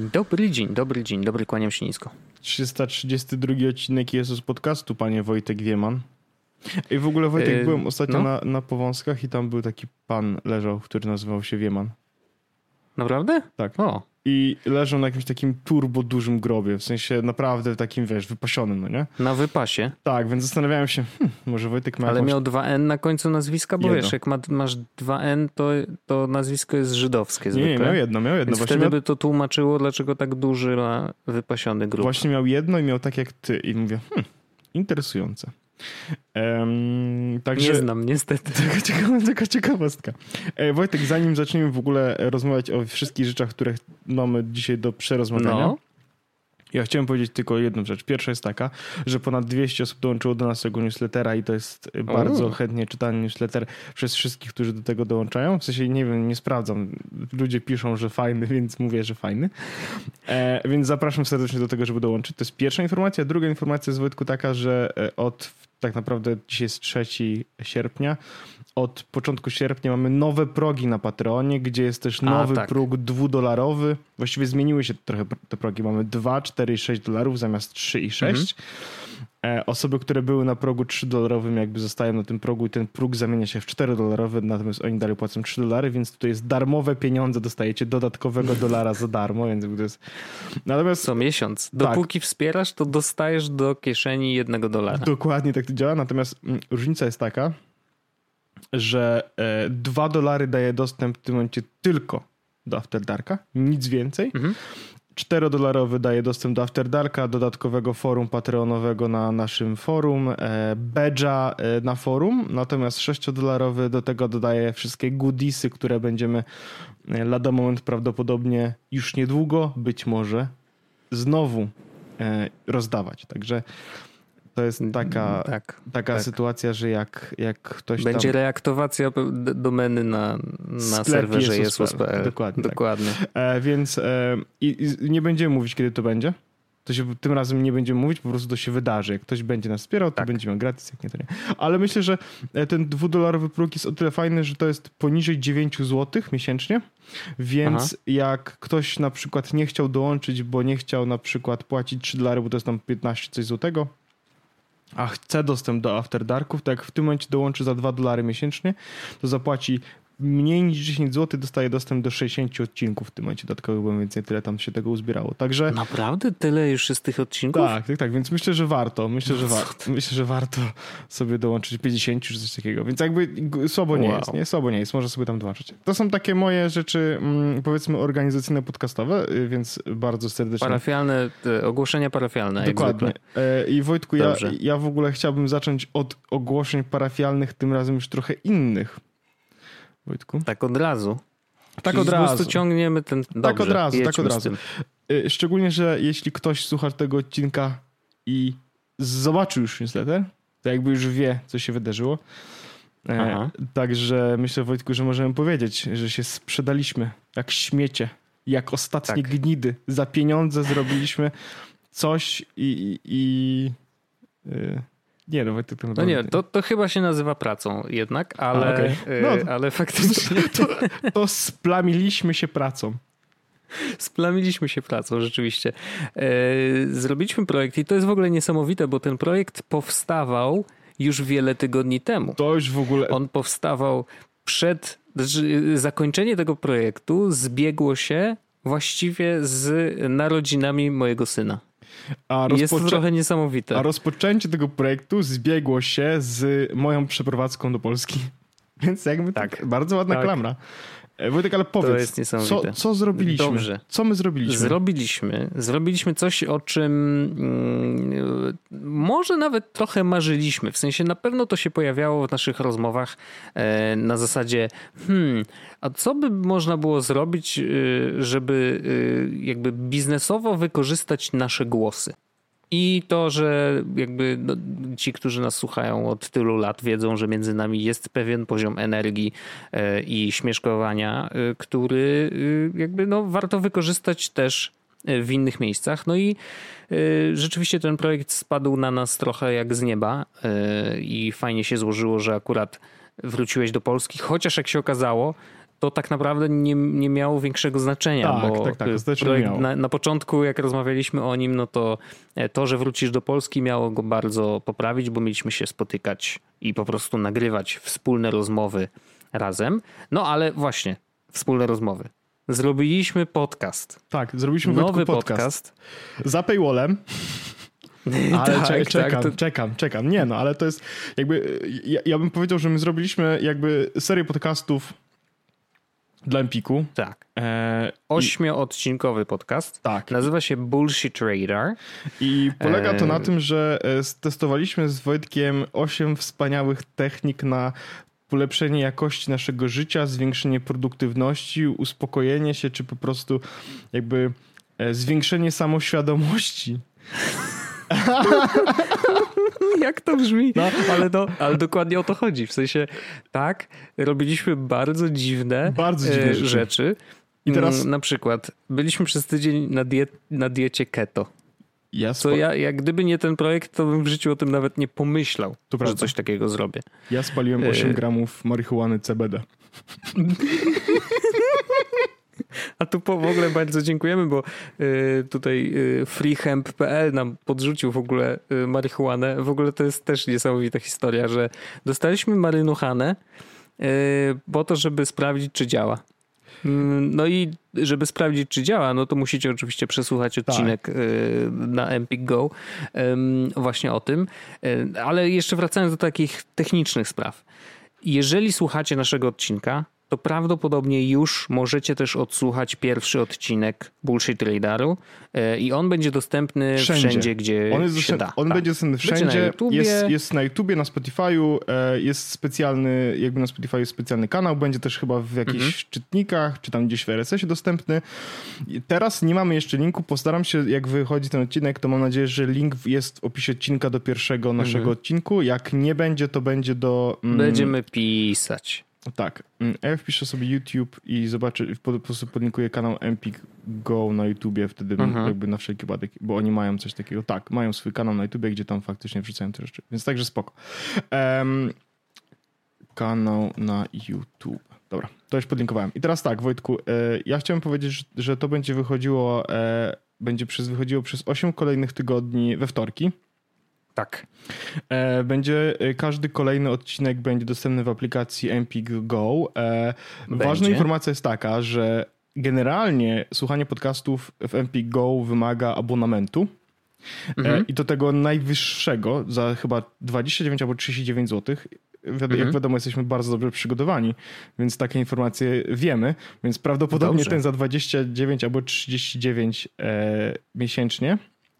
dobry, kłaniam się nisko. 332 odcinek Jezus Podcastu, panie Wojtek Wieman. I w ogóle Wojtek, byłem ostatnio na Powązkach i tam był taki pan leżał, który nazywał się Wieman. Naprawdę? Tak. O. I leżał na jakimś takim turbo dużym grobie, w sensie naprawdę takim, wiesz, wypasionym, no nie? Na wypasie? Tak, więc zastanawiałem się, może Wojtek ma Ale jakąś... miał 2N na końcu nazwiska? Bo jedno. wiesz, jak masz 2N, to nazwisko jest żydowskie zwykle. Nie, miał jedno. Więc wtedy by to tłumaczyło, dlaczego tak duży ma wypasiony grób. Właśnie miał jedno i miał tak jak ty. I mówię, interesujące. Także... Nie znam, niestety. Taka ciekawostka. Wojtek, zanim zaczniemy w ogóle rozmawiać o wszystkich rzeczach, które mamy dzisiaj do przerozmawiania, ja chciałem powiedzieć tylko jedną rzecz. Pierwsza jest taka, że ponad 200 osób dołączyło do naszego newslettera i to jest bardzo chętnie czytany newsletter przez wszystkich, którzy do tego dołączają. W sensie, nie wiem, nie sprawdzam. Ludzie piszą, że fajny, więc mówię, że fajny. Więc zapraszam serdecznie do tego, żeby dołączyć. To jest pierwsza informacja. Druga informacja jest, Wojtku, taka, że tak naprawdę dzisiaj jest 3 sierpnia. Od początku sierpnia mamy nowe progi na Patreonie, gdzie jest też nowy próg $2. Właściwie zmieniły się trochę te progi. Mamy 2, 4 i 6 dolarów zamiast 3 i 6. Osoby, które były na progu $3 jakby zostają na tym progu i ten próg zamienia się w $4, natomiast oni dalej płacą $3, więc tutaj jest darmowe pieniądze, dostajecie dodatkowego $1 za darmo, więc to jest... Natomiast co miesiąc. Dopóki wspierasz, to dostajesz do kieszeni $1. Dokładnie tak to działa, natomiast różnica jest taka, że $2 daje dostęp w tym momencie tylko do After Darka, nic więcej. $4 daje dostęp do After Darka, dodatkowego forum patreonowego na naszym forum, badge'a na forum, natomiast $6 do tego dodaje wszystkie goodiesy, które będziemy lada moment prawdopodobnie już niedługo, być może znowu rozdawać. Także to jest taka sytuacja, że jak ktoś będzie reaktywacja domeny na serwerze Jesus.pl. Dokładnie. Więc nie będziemy mówić, kiedy to będzie. Tym razem nie będziemy mówić, po prostu to się wydarzy. Jak ktoś będzie nas wspierał, to będzie miał gratis, jak nie to nie. Ale myślę, że ten $2 próg jest o tyle fajny, że to jest poniżej 9 zł miesięcznie, więc jak ktoś na przykład nie chciał dołączyć, bo nie chciał na przykład płacić $3, bo to jest tam 15 coś złotego, a chce dostęp do After Darków, to jak w tym momencie dołączy za $2 miesięcznie, to zapłaci mniej niż 10 zł, dostaje dostęp do 60 odcinków w tym momencie dodatkowych, bo więcej tyle tam się tego uzbierało. Także... Naprawdę? Tyle już jest tych odcinków? Tak, więc myślę, że warto. Myślę, że warto sobie dołączyć 50 czy coś takiego. Więc jakby słabo nie jest, nie? Słabo nie jest. Może sobie tam dołączyć. To są takie moje rzeczy, powiedzmy organizacyjne, podcastowe, więc bardzo serdecznie. Parafialne, ogłoszenia parafialne. Dokładnie. I Wojtku, ja w ogóle chciałbym zacząć od ogłoszeń parafialnych, tym razem już trochę innych. Wojtku? Tak od razu. Tak od razu. Po prostu ciągniemy ten... Dobrze, tak od razu. Szczególnie, że jeśli ktoś słucha tego odcinka i zobaczył już newsletter, to jakby już wie, co się wydarzyło. Także myślę, Wojtku, że możemy powiedzieć, że się sprzedaliśmy jak śmiecie, jak ostatnie gnidy. Za pieniądze zrobiliśmy coś Nie, no, to chyba się nazywa pracą jednak, ale, ale faktycznie... To splamiliśmy się pracą. Splamiliśmy się pracą, rzeczywiście. Zrobiliśmy projekt i to jest w ogóle niesamowite, bo ten projekt powstawał już wiele tygodni temu. To już w ogóle... On powstawał zakończenie tego projektu zbiegło się właściwie z narodzinami mojego syna. Jest to trochę niesamowite. A rozpoczęcie tego projektu zbiegło się z moją przeprowadzką do Polski. Więc jakby bardzo ładna klamra. Wojtek, ale powiedz, co zrobiliśmy? Dobrze. Co my zrobiliśmy? Zrobiliśmy coś, o czym może nawet trochę marzyliśmy. W sensie na pewno to się pojawiało w naszych rozmowach na zasadzie a co by można było zrobić, żeby jakby biznesowo wykorzystać nasze głosy? I to, że jakby ci, którzy nas słuchają od tylu lat, wiedzą, że między nami jest pewien poziom energii i śmieszkowania, który jakby warto wykorzystać też w innych miejscach. No i rzeczywiście ten projekt spadł na nas trochę jak z nieba i fajnie się złożyło, że akurat wróciłeś do Polski, chociaż jak się okazało, to tak naprawdę nie miało większego znaczenia, bo projekt na początku, jak rozmawialiśmy o nim, no to, że wrócisz do Polski miało go bardzo poprawić, bo mieliśmy się spotykać i po prostu nagrywać wspólne rozmowy razem. No ale właśnie, wspólne rozmowy. Zrobiliśmy podcast. Tak, zrobiliśmy nowy podcast. Za paywallem. Ale czekam. Nie, no ale to jest jakby, ja bym powiedział, że my zrobiliśmy jakby serię podcastów dla Empiku. Tak. 8-odcinkowy podcast. Tak. Nazywa się Bullshit Radar. I polega to na tym, że testowaliśmy z Wojtkiem 8 wspaniałych technik na polepszenie jakości naszego życia, zwiększenie produktywności, uspokojenie się, czy po prostu jakby zwiększenie samoświadomości. Jak to brzmi? No, ale dokładnie o to chodzi. W sensie, tak, robiliśmy bardzo dziwne rzeczy. I teraz na przykład byliśmy przez tydzień na diecie keto. Jak gdyby nie ten projekt, to bym w życiu o tym nawet nie pomyślał, że coś takiego zrobię. Ja spaliłem 8 gramów marihuany CBD. A tu w ogóle bardzo dziękujemy, bo tutaj freehemp.pl nam podrzucił w ogóle marihuanę. W ogóle to jest też niesamowita historia, że dostaliśmy marynuchanę po to, żeby sprawdzić, czy działa. No i żeby sprawdzić, czy działa, no to musicie oczywiście przesłuchać odcinek na Empik Go właśnie o tym. Ale jeszcze wracając do takich technicznych spraw. Jeżeli słuchacie naszego odcinka, to prawdopodobnie już możecie też odsłuchać pierwszy odcinek Bullshit Radaru i on będzie dostępny wszędzie gdzie się da. On będzie dostępny wszędzie. Jest na YouTubie, na Spotify'u, jest specjalny, jakby na Spotify'u jest specjalny kanał, będzie też chyba w jakichś czytnikach, czy tam gdzieś w RSS-ie dostępny. Teraz nie mamy jeszcze linku, postaram się, jak wychodzi ten odcinek, to mam nadzieję, że link jest w opisie odcinka do pierwszego naszego odcinku. Jak nie będzie, to będzie do... Będziemy pisać. Tak. Ja wpiszę sobie YouTube i zobaczę, po prostu podlinkuję kanał Empik Go na YouTubie, wtedy jakby na wszelki wypadek, bo oni mają coś takiego. Tak, mają swój kanał na YouTubie, gdzie tam faktycznie wrzucają te rzeczy. Więc także spoko. Kanał na YouTube. Dobra, to już podlinkowałem. I teraz tak, Wojtku, ja chciałem powiedzieć, że to będzie wychodziło, wychodziło przez 8 kolejnych tygodni we wtorki. Tak. Każdy kolejny odcinek będzie dostępny w aplikacji Empik Go. Ważna informacja jest taka, że generalnie słuchanie podcastów w Empik Go wymaga abonamentu. I to tego najwyższego za chyba 29 albo 39 zł. Jak wiadomo, jesteśmy bardzo dobrze przygotowani, więc takie informacje wiemy. Więc prawdopodobnie ten za 29 albo 39 miesięcznie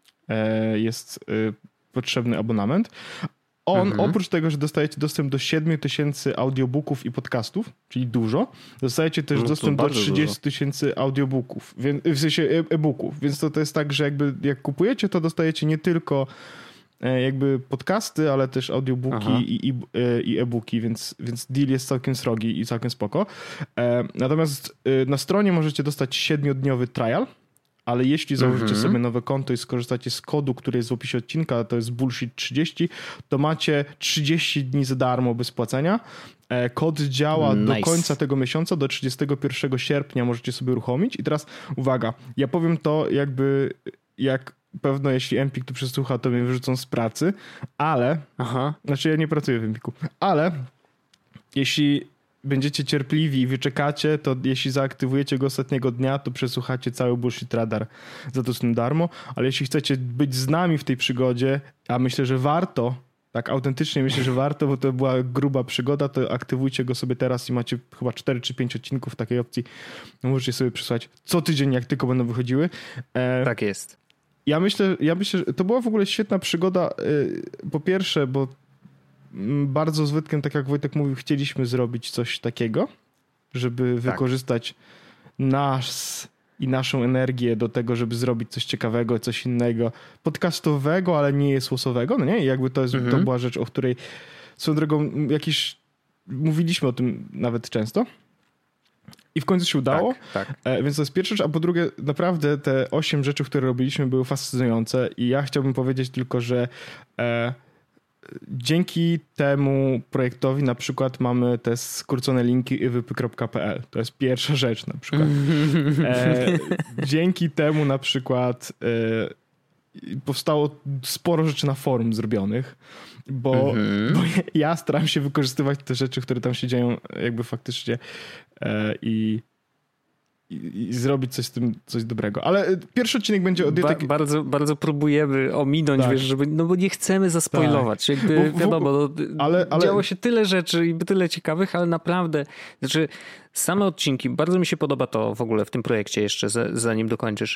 jest potrzebny abonament. Oprócz tego, że dostajecie dostęp do 7000 audiobooków i podcastów, czyli dużo, dostajecie też dostęp do 30 000 audiobooków, w sensie e-booków. Więc to jest tak, że jakby jak kupujecie, to dostajecie nie tylko jakby podcasty, ale też audiobooki i e-booki, więc deal jest całkiem srogi i całkiem spoko. Natomiast na stronie możecie dostać 7-dniowy trial, ale jeśli założycie sobie nowe konto i skorzystacie z kodu, który jest w opisie odcinka, to jest Bullshit 30, to macie 30 dni za darmo bez płacenia. Kod działa do końca tego miesiąca, do 31 sierpnia możecie sobie uruchomić. I teraz uwaga, ja powiem to jakby, jak pewno jeśli Empik tu przesłucha, to mnie wyrzucą z pracy, ale, znaczy ja nie pracuję w Empiku, ale jeśli będziecie cierpliwi i wyczekacie, to jeśli zaaktywujecie go ostatniego dnia, to przesłuchacie cały Bullshit Radar za to darmo, ale jeśli chcecie być z nami w tej przygodzie, a myślę, że warto, tak autentycznie myślę, że warto, bo to była gruba przygoda, to aktywujcie go sobie teraz i macie chyba 4 czy 5 odcinków takiej opcji. Możecie sobie przesłuchać co tydzień, jak tylko będą wychodziły. Tak jest. Ja myślę, że to była w ogóle świetna przygoda, po pierwsze, bo bardzo z Wojtkiem, tak jak Wojtek mówił, chcieliśmy zrobić coś takiego, żeby wykorzystać nas i naszą energię do tego, żeby zrobić coś ciekawego, coś innego, podcastowego, ale nie jest łosowego, no nie? I jakby to była rzecz, o której swoją drogą mówiliśmy o tym nawet często. I w końcu się udało, więc to jest pierwsza rzecz, a po drugie naprawdę te 8 rzeczy, które robiliśmy, były fascynujące i ja chciałbym powiedzieć tylko, że dzięki temu projektowi na przykład mamy te skrócone linki iwypy.pl. To jest pierwsza rzecz na przykład. Dzięki temu na przykład powstało sporo rzeczy na forum zrobionych, bo ja staram się wykorzystywać te rzeczy, które tam się dzieją jakby faktycznie i zrobić coś z tym, coś dobrego. Ale pierwszy odcinek będzie o Bardzo, bardzo próbujemy ominąć, wiesz, żeby, no bo nie chcemy zaspoilować. Tak. Jakby, wiadomo, ale działo się tyle rzeczy i tyle ciekawych, ale naprawdę, znaczy same odcinki, bardzo mi się podoba to w ogóle w tym projekcie jeszcze, zanim dokończysz,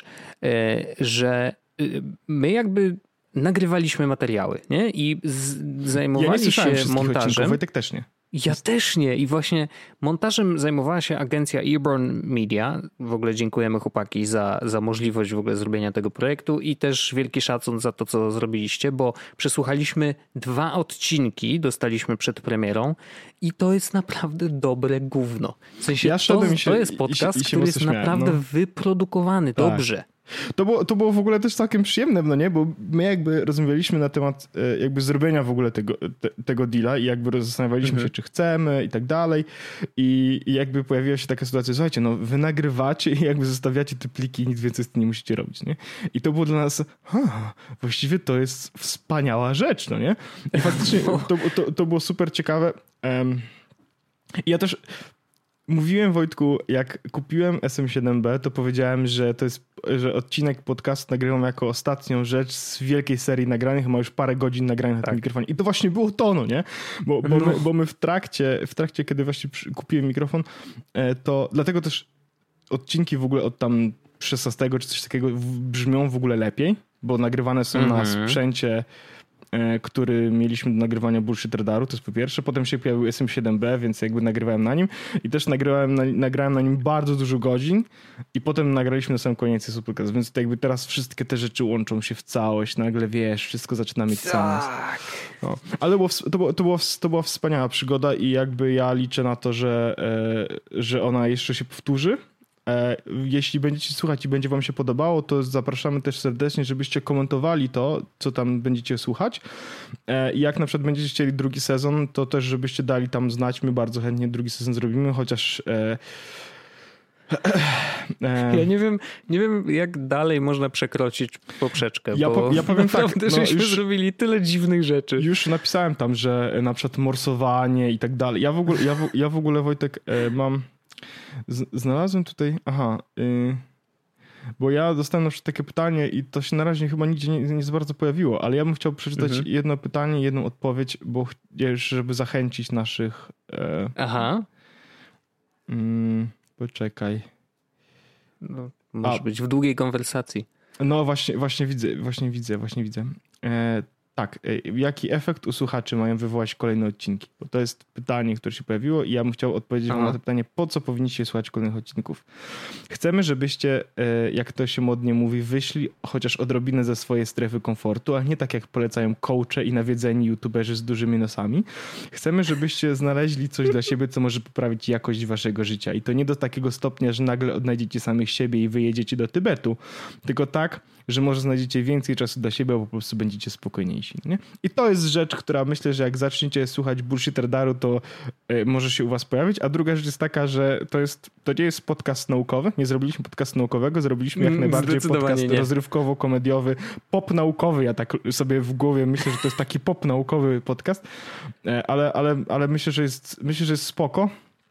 że my jakby nagrywaliśmy materiały, nie? I zajmowali się montażem. Wojtek też nie. Ja też nie. I właśnie montażem zajmowała się agencja Earborn Media. W ogóle dziękujemy chłopaki za możliwość w ogóle zrobienia tego projektu i też wielki szacun za to, co zrobiliście, bo przesłuchaliśmy 2 odcinki, dostaliśmy przed premierą i to jest naprawdę dobre gówno. W sensie to jest podcast, który jest naprawdę wyprodukowany dobrze. To było w ogóle też całkiem przyjemne, no nie? Bo my jakby rozmawialiśmy na temat jakby zrobienia w ogóle tego deala i jakby zastanawialiśmy się, czy chcemy i tak dalej. I jakby pojawiła się taka sytuacja, słuchajcie, no wy nagrywacie i jakby zostawiacie te pliki i nic więcej z tym nie musicie robić, nie? I to było dla nas, właściwie to jest wspaniała rzecz, no nie? I faktycznie to było super ciekawe. Ja też mówiłem, Wojtku, jak kupiłem SM7B, to powiedziałem, że odcinek podcastu nagrywam jako ostatnią rzecz z wielkiej serii nagranych, ma już parę godzin nagranych na tym mikrofonie. I to właśnie było to, no nie? Bo my w trakcie, kiedy właśnie kupiłem mikrofon, to dlatego też odcinki w ogóle od tam 16 czy coś takiego brzmią w ogóle lepiej, bo nagrywane są na sprzęcie, który mieliśmy do nagrywania Bullshit Radaru, to jest po pierwsze. Potem się pojawił SM7B, więc jakby nagrywałem na nim i też nagrałem na nim bardzo dużo godzin i potem nagraliśmy na samym koniec Supercast, więc to jakby teraz wszystkie te rzeczy łączą się w całość, nagle wiesz, wszystko zaczyna mieć sens. No. Ale to była wspaniała przygoda i jakby ja liczę na to, że ona jeszcze się powtórzy. Jeśli będziecie słuchać i będzie wam się podobało, to zapraszamy też serdecznie, żebyście komentowali to, co tam będziecie słuchać. I jak na przykład będziecie chcieli drugi sezon, to też żebyście dali tam znać. My bardzo chętnie drugi sezon zrobimy, chociaż ja nie wiem jak dalej można przekroczyć poprzeczkę, ja powiem naprawdę tak, żeśmy zrobili tyle dziwnych rzeczy. Już napisałem tam, że na przykład morsowanie i tak dalej. Ja w ogóle Wojtek, mam... Znalazłem tutaj, bo ja dostałem na przykład takie pytanie i to się na razie chyba nigdzie nie za bardzo pojawiło, ale ja bym chciał przeczytać jedno pytanie, jedną odpowiedź, bo żeby zachęcić naszych... Poczekaj. No, może być w długiej konwersacji. No właśnie widzę. Tak, jaki efekt u słuchaczy mają wywołać kolejne odcinki? Bo to jest pytanie, które się pojawiło i ja bym chciał odpowiedzieć wam na to pytanie, po co powinniście słuchać kolejnych odcinków. Chcemy, żebyście, jak to się modnie mówi, wyszli chociaż odrobinę ze swojej strefy komfortu, a nie tak jak polecają coache i nawiedzeni youtuberzy z dużymi nosami. Chcemy, żebyście znaleźli coś dla siebie, co może poprawić jakość waszego życia. I to nie do takiego stopnia, że nagle odnajdziecie samych siebie i wyjedziecie do Tybetu, tylko tak, że może znajdziecie więcej czasu dla siebie, bo po prostu będziecie spokojniejsi. Nie? I to jest rzecz, która myślę, że jak zaczniecie słuchać Bullshit Radaru, to może się u was pojawić. A druga rzecz jest taka, że to nie jest podcast naukowy. Nie zrobiliśmy podcastu naukowego, zrobiliśmy jak najbardziej podcast rozrywkowo-komediowy, pop naukowy. Ja tak sobie w głowie myślę, że to jest taki pop naukowy podcast. Ale myślę, że jest spoko.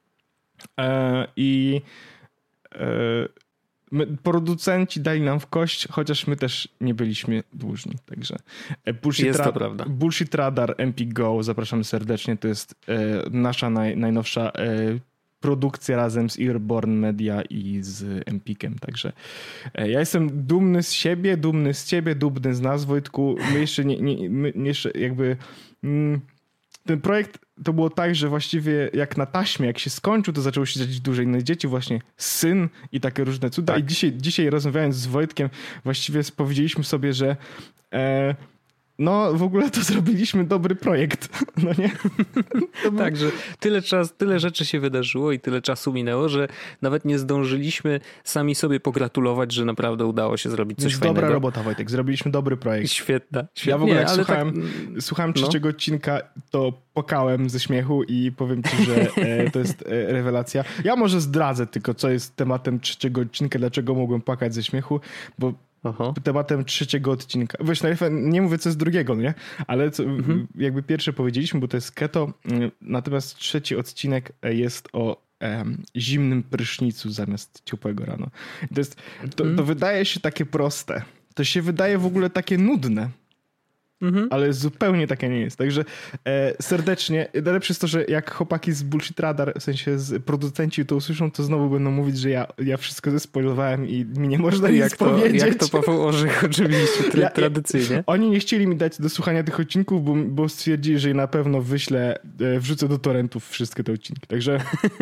Producenci dali nam w kość, chociaż my też nie byliśmy dłużni. Także Bullshit Radar Empik Go, zapraszamy serdecznie. To jest nasza najnowsza produkcja razem z Earborn Media i z Empikiem. Także ja jestem dumny z siebie, dumny z ciebie, dumny z nas, Wojtku. My jeszcze jakby... Ten projekt to było tak, że właściwie jak na taśmie, jak się skończył, to zaczęło się dziać dużo innych dzieci, właśnie syn i takie różne cuda. Tak. I dzisiaj rozmawiając z Wojtkiem, właściwie powiedzieliśmy sobie, że no w ogóle to zrobiliśmy dobry projekt, no nie? Tak, że tyle rzeczy się wydarzyło i tyle czasu minęło, że nawet nie zdążyliśmy sami sobie pogratulować, że naprawdę udało się zrobić coś fajnego. Dobra robota, Wojtek, zrobiliśmy dobry projekt. Świetna. Ja w ogóle jak słuchałem trzeciego odcinka, to płakałem ze śmiechu i powiem ci, że to jest rewelacja. Ja może zdradzę tylko, co jest tematem trzeciego odcinka, dlaczego mogłem płakać ze śmiechu, bo tematem trzeciego odcinka. Wiesz, nie mówię co z drugiego, nie? Ale jakby pierwsze powiedzieliśmy, bo to jest keto, natomiast trzeci odcinek jest o zimnym prysznicu zamiast ciepłego rano. To wydaje się takie proste. To się wydaje w ogóle takie nudne. Ale zupełnie takie nie jest. Także serdecznie, najlepsze jest to, że jak chłopaki z Bullshit Radar, w sensie producenci to usłyszą, to znowu będą mówić, że ja wszystko zespoilowałem i mi nie można nic powiedzieć. Jak to Paweł Orzech oczywiście, tradycyjnie. Oni nie chcieli mi dać do słuchania tych odcinków, bo stwierdzili, że je na pewno wrzucę do torrentów wszystkie te odcinki. Także,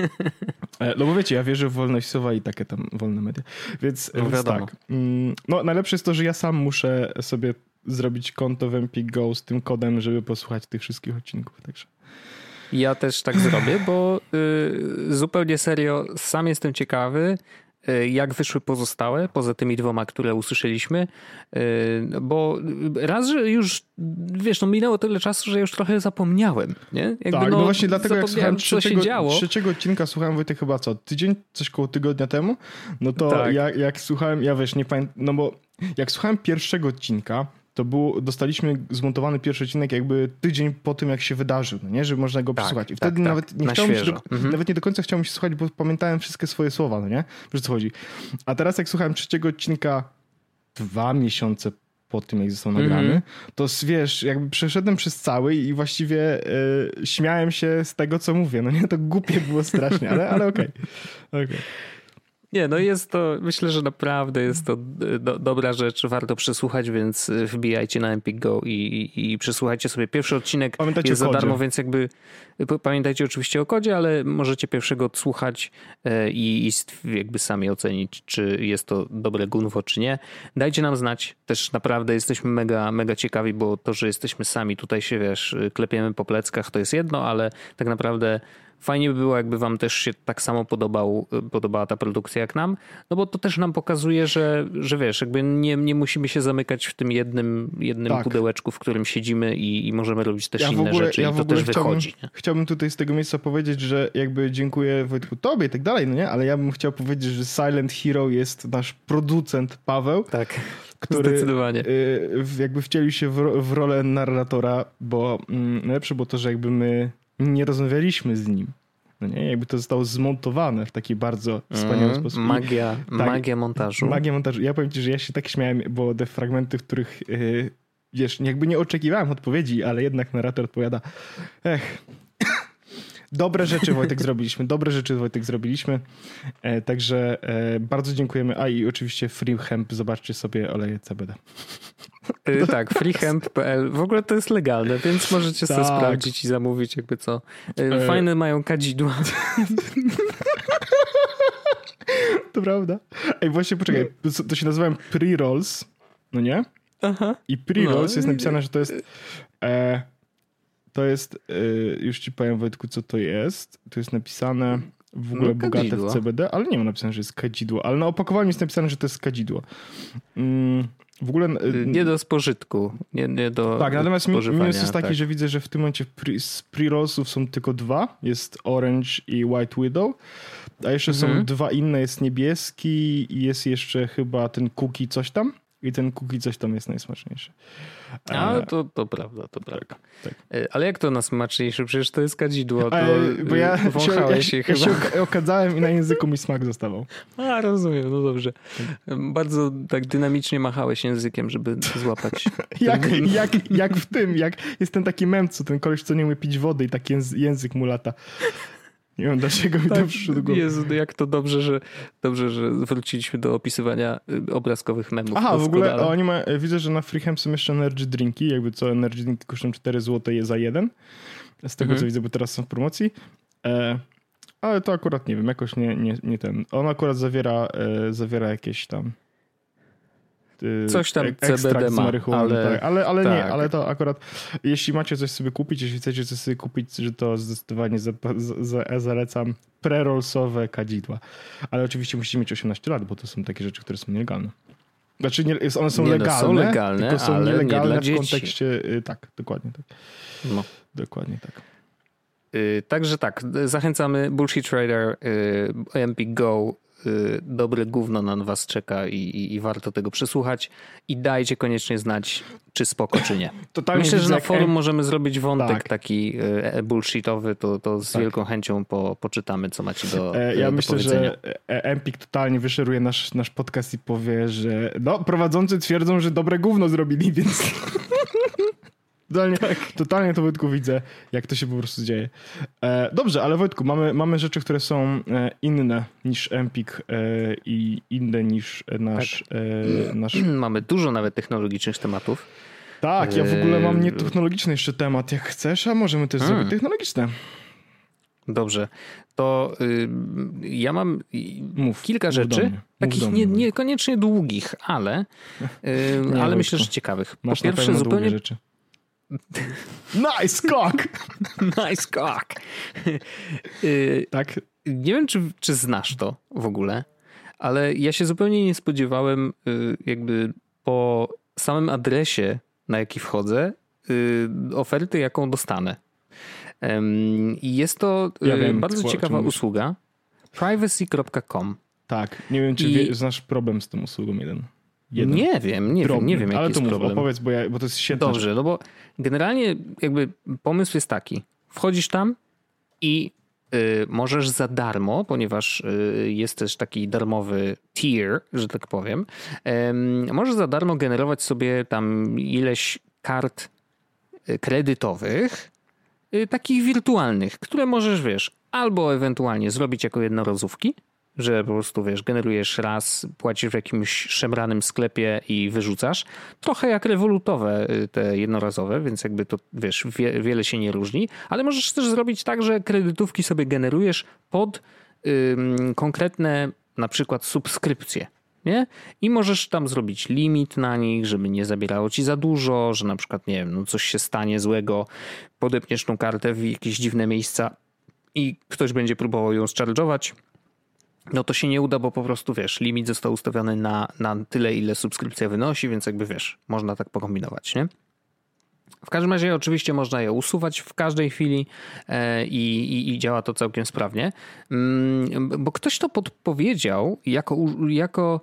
no bo wiecie, ja wierzę w wolność słowa i takie tam wolne media. Więc tak. No najlepsze jest to, że ja sam muszę sobie zrobić konto w Empik Go z tym kodem, żeby posłuchać tych wszystkich odcinków. Także. Ja też tak zrobię, bo zupełnie serio sam jestem ciekawy, jak wyszły pozostałe, poza tymi 2, które usłyszeliśmy, bo raz, że już wiesz, minęło tyle czasu, że już trochę zapomniałem, nie? Tak, no właśnie dlatego jak słuchałem trzeciego odcinka, słuchałem Wojtek chyba tydzień, coś koło tygodnia temu, no to tak. jak słuchałem, ja wiesz, nie pamiętam, no bo jak słuchałem pierwszego odcinka, to dostaliśmy zmontowany pierwszy odcinek jakby tydzień po tym, jak się wydarzył, no nie? Żeby można go przesłuchać. I wtedy nawet nie chciałem nawet nie do końca chciałem się słuchać, bo pamiętałem wszystkie swoje słowa, no nie? Wiesz, co chodzi. A teraz jak słuchałem trzeciego odcinka 2 miesiące po tym, jak został nagrany, to wiesz, jakby przeszedłem przez cały i właściwie śmiałem się z tego, co mówię. No nie? To głupie było strasznie, ale okej. Nie, no jest to, myślę, że naprawdę jest to dobra rzecz, warto przesłuchać, więc wbijajcie na Empik Go i przesłuchajcie sobie. Pierwszy odcinek jest za darmo, więc jakby pamiętajcie oczywiście o kodzie, ale możecie pierwszego odsłuchać i jakby sami ocenić, czy jest to dobre gunwo, czy nie. Dajcie nam znać, też naprawdę jesteśmy mega, mega ciekawi, bo to, że jesteśmy sami, tutaj się wiesz, klepiemy po pleckach, to jest jedno, ale tak naprawdę fajnie by było, jakby wam też się tak samo podobała ta produkcja jak nam, no bo to też nam pokazuje, że wiesz, jakby nie musimy się zamykać w tym jednym tak. pudełeczku, w którym siedzimy i możemy robić też inne rzeczy i to też wychodzi. Chciałbym tutaj z tego miejsca powiedzieć, że jakby dziękuję Wojtku tobie i tak dalej, no nie? Ale ja bym chciał powiedzieć, że Silent Hero jest nasz producent Paweł. Tak. Który zdecydowanie. Jakby wcielił się w rolę narratora, bo najlepsze było to, że jakby my nie rozmawialiśmy z nim. No nie? Jakby to zostało zmontowane w taki bardzo wspaniały sposób. Magia montażu. Magia montażu. Ja powiem ci, że ja się tak śmiałem, bo te fragmenty, w których wiesz, jakby nie oczekiwałem odpowiedzi, ale jednak narrator odpowiada dobre rzeczy Wojtek zrobiliśmy. Także bardzo dziękujemy. A i oczywiście FreeHemp, zobaczcie sobie oleje CBD. Tak, freehemp.pl. W ogóle to jest legalne, więc możecie sobie sprawdzić i zamówić jakby co. Fajne mają kadzidła. To prawda. Ej, właśnie poczekaj, to się nazywa pre-rolls, no nie? Aha. I pre-rolls jest napisane, że to jest, już ci powiem Wojtku, co to jest. To jest napisane w ogóle bogate w CBD, ale nie ma napisane, że jest kadzidło. Ale na opakowaniu jest napisane, że to jest kadzidło. W ogóle... Nie do spożytku. Nie do tak, natomiast minus jest taki, tak. że widzę, że w tym momencie z pre-rollsów są tylko 2. Jest Orange i White Widow. A jeszcze są 2 inne. Jest niebieski i jest jeszcze chyba ten cookie coś tam. I ten cookie coś tam jest najsmaczniejszy. To prawda, to prawda. Tak. Ale jak to najsmaczniejsze? Przecież to jest kadzidło. To bo ja wąchałeś się chyba. Ja się okadzałem i na języku mi smak zostawał. Rozumiem, no dobrze. Bardzo tak dynamicznie machałeś językiem, żeby złapać. jak w tym, jak jest ten taki mem, co ten koleś, co nie umie pić wody i tak język mu lata. Nie wiem, dlaczego mi to przyszło do głowy. Jezu, jak to dobrze, że wróciliśmy do opisywania obrazkowych memów. Aha, w ogóle widzę, że na FreeHemp są jeszcze energy drinki, jakby co energy drinki kosztują 4 zł za jeden. Z tego co widzę, bo teraz są w promocji. Ale to akurat nie wiem, jakoś nie ten. On akurat zawiera jakieś tam coś tam ekstrakt CBD z ma, marihuany. Ale tak. nie, ale to akurat jeśli macie coś sobie kupić, jeśli chcecie coś sobie kupić, że to zdecydowanie zalecam pre-rollsowe kadzidła. Ale oczywiście musicie mieć 18 lat, bo to są takie rzeczy, które są nielegalne. Znaczy one są legalne, tylko są nielegalne w kontekście... Tak, dokładnie tak. No. Dokładnie tak. Także tak, zachęcamy. Bullshit Trader, Empik Go, dobre gówno na was czeka i warto tego przesłuchać i dajcie koniecznie znać, czy spoko, czy nie. Myślę, że na forum możemy zrobić wątek taki bullshitowy, to z wielką chęcią poczytamy, co macie do Ja do myślę, powiedzenia. że Empik totalnie wyszeruje nasz podcast i powie, że prowadzący twierdzą, że dobre gówno zrobili, więc... Totalnie to, Wojtku, widzę, jak to się po prostu dzieje. Dobrze, ale Wojtku, mamy rzeczy, które są inne niż Empik i inne niż nasz... Mamy dużo nawet technologicznych tematów. Tak, ja w ogóle mam nietechnologiczny jeszcze temat, jak chcesz, a możemy też zrobić technologiczne. Dobrze, to ja mam kilka rzeczy, takich niekoniecznie długich, ale myślę, że ciekawych. Masz po pierwsze, zupełnie rzeczy. Nice cock! Nice cock! Tak. Nie wiem, czy znasz to w ogóle, ale ja się zupełnie nie spodziewałem jakby po samym adresie, na jaki wchodzę, oferty, jaką dostanę. I jest to bardzo ciekawa usługa. Privacy.com. Tak, nie wiem, czy znasz problem z tą usługą jeden. Nie wiem, jaki ale to jest problem. Opowiedz, bo to jest świetne. Dobrze, no bo generalnie jakby pomysł jest taki. Wchodzisz tam i możesz za darmo, ponieważ jest też taki darmowy tier, że tak powiem, możesz za darmo generować sobie tam ileś kart kredytowych, takich wirtualnych, które możesz, albo ewentualnie zrobić jako jednorazówki, że po prostu, generujesz raz, płacisz w jakimś szemranym sklepie i wyrzucasz. Trochę jak rewolutowe te jednorazowe, więc jakby to, wiele się nie różni. Ale możesz też zrobić tak, że kredytówki sobie generujesz pod konkretne na przykład subskrypcje. Nie? I możesz tam zrobić limit na nich, żeby nie zabierało ci za dużo, że na przykład, nie wiem, coś się stanie złego, podepniesz tą kartę w jakieś dziwne miejsca i ktoś będzie próbował ją zcharge'ować. No to się nie uda, bo po prostu, limit został ustawiony na tyle, ile subskrypcja wynosi, więc jakby, można tak pokombinować, nie? W każdym razie oczywiście można je usuwać w każdej chwili i działa to całkiem sprawnie, bo ktoś to podpowiedział jako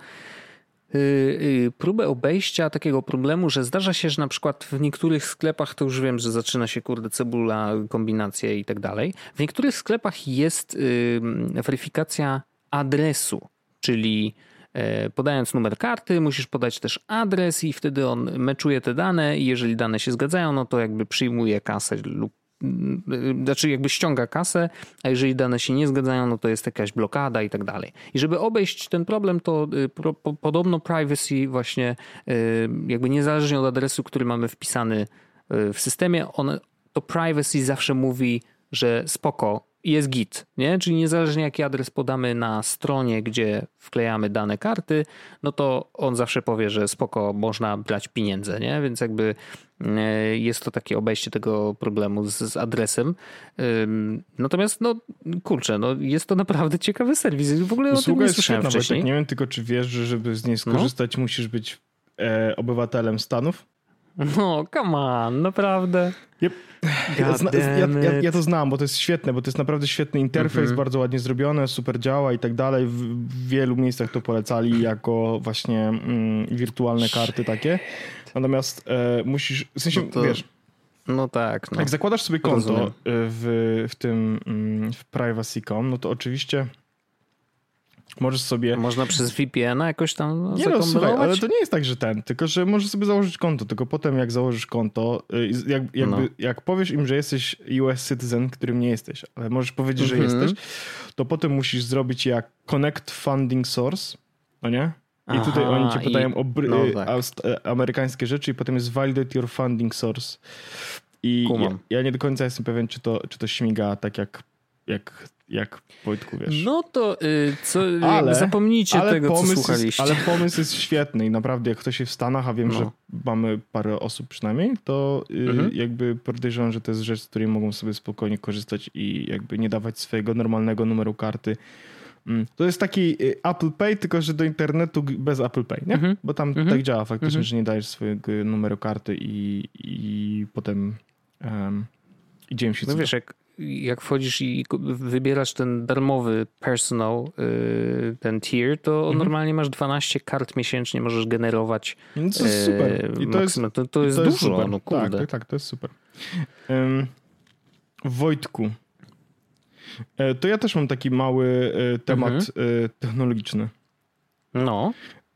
próbę obejścia takiego problemu, że zdarza się, że na przykład w niektórych sklepach, to już wiem, że zaczyna się cebula, kombinacje i tak dalej, w niektórych sklepach jest weryfikacja adresu, czyli podając numer karty, musisz podać też adres i wtedy on meczuje te dane i jeżeli dane się zgadzają, no to jakby przyjmuje kasę lub znaczy jakby ściąga kasę, a jeżeli dane się nie zgadzają, no to jest jakaś blokada i tak dalej. I żeby obejść ten problem, to podobno privacy właśnie jakby niezależnie od adresu, który mamy wpisany w systemie, to privacy zawsze mówi, że spoko, jest git, nie? Czyli niezależnie jaki adres podamy na stronie, gdzie wklejamy dane karty, no to on zawsze powie, że spoko, można brać pieniądze, nie? Więc jakby jest to takie obejście tego problemu z adresem. Natomiast jest to naprawdę ciekawy serwis. W ogóle o tym nie słyszałem wcześniej. Nie wiem tylko, czy wiesz, że żeby z niej skorzystać, musisz być obywatelem Stanów? No, come on, naprawdę. Yep. Ja to znam, bo to jest świetne, bo to jest naprawdę świetny interfejs, bardzo ładnie zrobione, super działa i tak dalej. W wielu miejscach to polecali jako właśnie wirtualne karty takie. Natomiast musisz, w sensie, wiesz... No tak. No. Jak zakładasz sobie konto w privacy.com, no to oczywiście możesz sobie... Można przez VPN-a jakoś tam słuchaj, ale to nie jest tak, że tylko że możesz sobie założyć konto, tylko potem jak założysz konto, jak powiesz im, że jesteś US citizen, którym nie jesteś, ale możesz powiedzieć, że jesteś, to potem musisz zrobić jak Connect Funding Source, no nie? I tutaj oni cię pytają o amerykańskie rzeczy i potem jest Validate Your Funding Source. I ja nie do końca jestem pewien, czy to śmiga tak jak jak Wojtku wiesz. No to zapomnijcie tego, co słuchaliście. Ale pomysł jest świetny i naprawdę jak ktoś jest w Stanach, a wiem, że mamy parę osób przynajmniej, to jakby podejrzewam, że to jest rzecz, z której mogą sobie spokojnie korzystać i jakby nie dawać swojego normalnego numeru karty. To jest taki Apple Pay, tylko że do internetu bez Apple Pay, nie? Bo tam tak działa faktycznie, że nie dajesz swojego numeru karty i potem idziemy się... No wiesz, jak wchodzisz i wybierasz ten darmowy personal, ten tier, to normalnie masz 12 kart miesięcznie, możesz generować. No to jest super. I to jest dużo, super. No kurde. Tak, to jest super. Wojtku, to ja też mam taki mały temat technologiczny. No.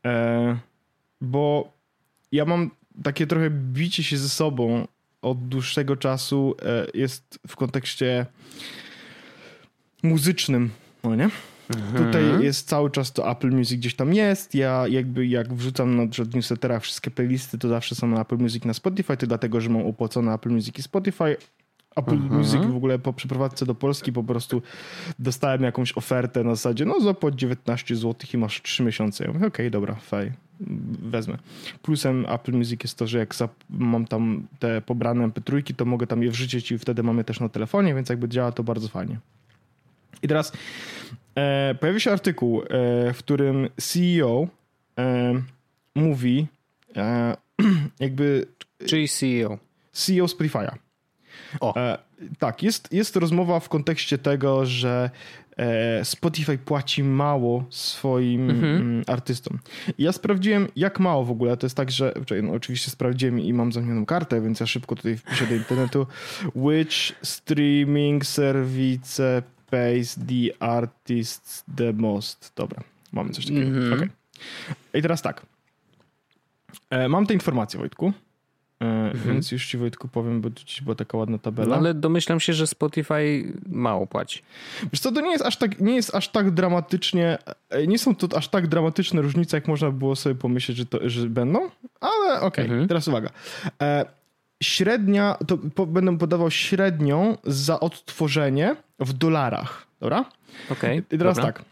Bo ja mam takie trochę bicie się ze sobą od dłuższego czasu jest w kontekście muzycznym, no nie? Tutaj jest cały czas to Apple Music gdzieś tam jest. Ja jakby jak wrzucam na newsletterach wszystkie playlisty, to zawsze są na Apple Music na Spotify, to dlatego, że mam opłacone Apple Music i Spotify. Apple Music w ogóle po przeprowadzce do Polski po prostu dostałem jakąś ofertę na zasadzie, no zapłać 19 zł i masz 3 miesiące. Ja mówię, okej, dobra, faj, wezmę. Plusem Apple Music jest to, że jak mam tam te pobrane MP3, to mogę tam je wrzucić i wtedy mam je też na telefonie, więc jakby działa to bardzo fajnie. I teraz pojawił się artykuł, w którym CEO mówi jakby... Czyli CEO? CEO Spotify'a. Tak, jest rozmowa w kontekście tego, że Spotify płaci mało swoim artystom. I ja sprawdziłem, jak mało w ogóle. To jest tak, że no oczywiście sprawdziłem i mam zamkniętą kartę, więc ja szybko tutaj wpiszę do internetu. Which streaming service pays the artists the most? Dobra, mamy coś takiego. Okay. I teraz tak. Mam te informacje, Wojtku. Więc już ci, Wojtku, powiem, bo dziś była taka ładna tabela. No, ale domyślam się, że Spotify mało płaci. Wiesz co, to nie jest aż tak dramatycznie, nie są to aż tak dramatyczne różnice, jak można było sobie pomyśleć, że będą, ale okej. Teraz uwaga. Średnia, to będę podawał średnią za odtworzenie w dolarach, dobra? Okej. I teraz tak.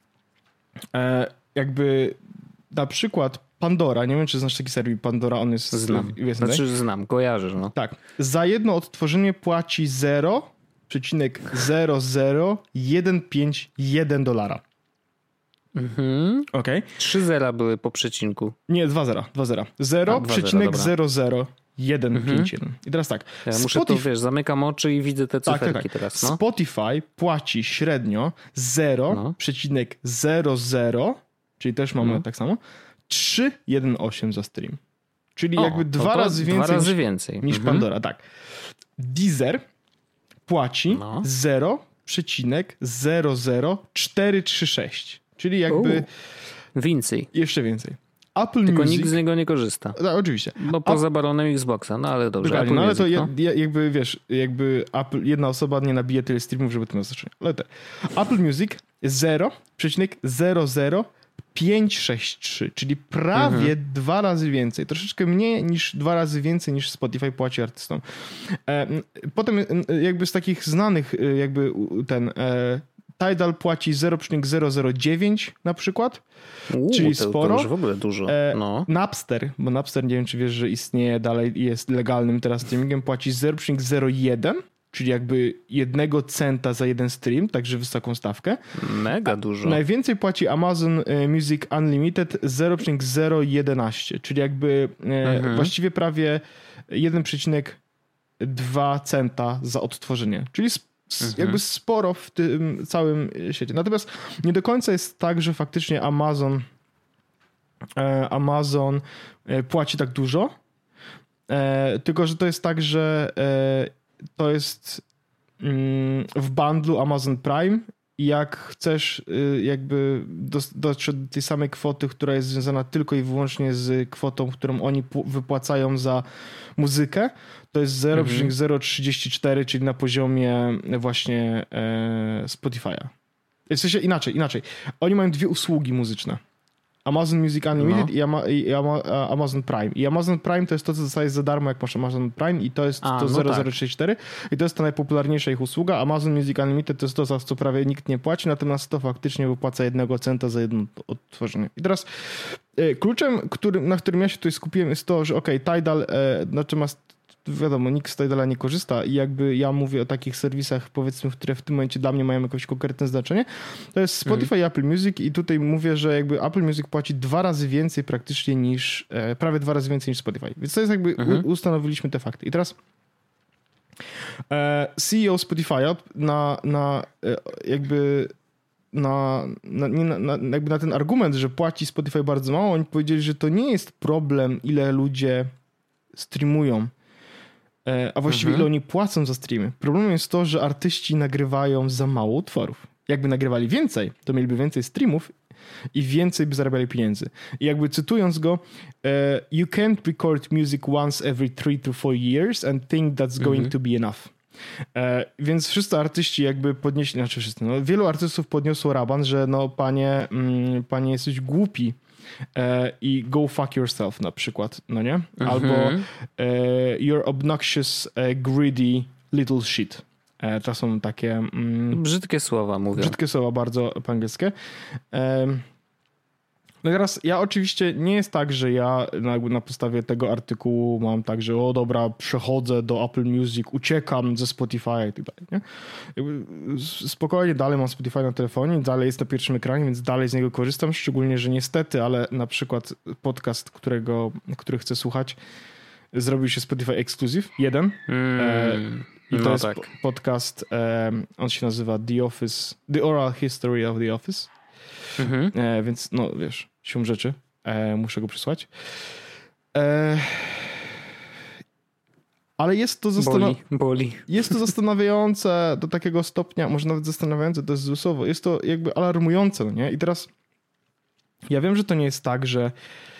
Jakby na przykład Pandora, nie wiem, czy znasz taki serwis Pandora, on jest... Znam, znam, kojarzysz, no. Tak. Za jedno odtworzenie płaci 0,00151 dolara. Okej. 3 zera były po przecinku. Nie, 2 zera. 0,00151. I teraz tak. Ja muszę to, wiesz, zamykam oczy i widzę te cyferki teraz. No. Spotify płaci średnio 0,00, czyli też mamy tak samo, 3,18 za stream. Czyli jakby dwa razy więcej niż Pandora. Tak. Deezer płaci 0,00436. Czyli jakby... Więcej. Jeszcze więcej. Tylko nikt z niego nie korzysta. Tak, oczywiście. Bo poza baronem Xboxa, no ale dobrze. Apple no ale Music, to jakby wiesz, jakby jedna osoba nie nabije tyle streamów, żeby to miało znaczenie. Ale tak. Apple Music 0,00563, czyli prawie 2 razy więcej. Troszeczkę mniej niż 2 razy więcej niż Spotify płaci artystom. Potem jakby z takich znanych jakby Tidal płaci 0,009 na przykład, czyli sporo. To już w ogóle dużo. No. Napster, bo Napster, nie wiem czy wiesz, że istnieje dalej i jest legalnym teraz streamingiem, płaci 0,01, czyli jakby 1 centa za jeden stream, także wysoką stawkę. Mega dużo. Najwięcej płaci Amazon Music Unlimited 0,011, czyli jakby właściwie prawie 1,2 centa za odtworzenie, czyli jakby sporo w tym całym świecie. Natomiast nie do końca jest tak, że faktycznie Amazon płaci tak dużo, tylko że to jest tak, że to jest w bundlu Amazon Prime i jak chcesz jakby dotrzeć do tej samej kwoty, która jest związana tylko i wyłącznie z kwotą, którą oni wypłacają za muzykę, to jest 0,034, czyli na poziomie właśnie Spotify'a. W sensie inaczej. Oni mają 2 usługi muzyczne. Amazon Music Unlimited i Amazon Prime. I Amazon Prime to jest to, co dostajesz za darmo, jak masz Amazon Prime i to jest to 0034 i to jest ta najpopularniejsza ich usługa. Amazon Music Unlimited to jest to, za co prawie nikt nie płaci, natomiast to faktycznie wypłaca 1 centa za jedno odtworzenie. I teraz kluczem, na którym ja się tutaj skupiłem, jest to, że Tidal, natomiast wiadomo, nikt z Tidala nie korzysta i jakby ja mówię o takich serwisach, powiedzmy, które w tym momencie dla mnie mają jakieś konkretne znaczenie, to jest Spotify i Apple Music i tutaj mówię, że jakby Apple Music płaci 2 razy więcej praktycznie niż, prawie 2 razy więcej niż Spotify. Więc to jest jakby, ustanowiliśmy te fakty. I teraz CEO Spotify'a na ten argument, że płaci Spotify bardzo mało, oni powiedzieli, że to nie jest problem, ile ludzie streamują, a właściwie ile oni płacą za streamy. Problemem jest to, że artyści nagrywają za mało utworów. Jakby nagrywali więcej, to mieliby więcej streamów i więcej by zarabiali pieniędzy. I jakby cytując go, you can't record music once every 3 to 4 years and think that's going to be enough. Więc wszyscy artyści jakby podnieśli, znaczy wszyscy, wielu artystów podniosło raban, że panie jesteś głupi i go fuck yourself na przykład, no nie? Albo you're obnoxious, greedy little shit. To są takie... brzydkie słowa mówią. Brzydkie słowa, bardzo po angielskie. No teraz ja oczywiście nie jest tak, że ja na podstawie tego artykułu mam tak, że dobra, przechodzę do Apple Music, uciekam ze Spotify i tak dalej. Nie? Spokojnie dalej mam Spotify na telefonie, dalej jest na pierwszym ekranie, więc dalej z niego korzystam, szczególnie, że niestety, ale na przykład podcast, który chcę słuchać, zrobił się Spotify Exclusive, jeden. I to jest podcast, on się nazywa The Oral History of the Office. Więc wiesz, siłą rzeczy muszę go przysłać. Ale jest to boli. Jest to zastanawiające do takiego stopnia, może nawet zastanawiające, to jest złe słowo, jest to jakby alarmujące, no nie? I teraz ja wiem, że to nie jest tak, że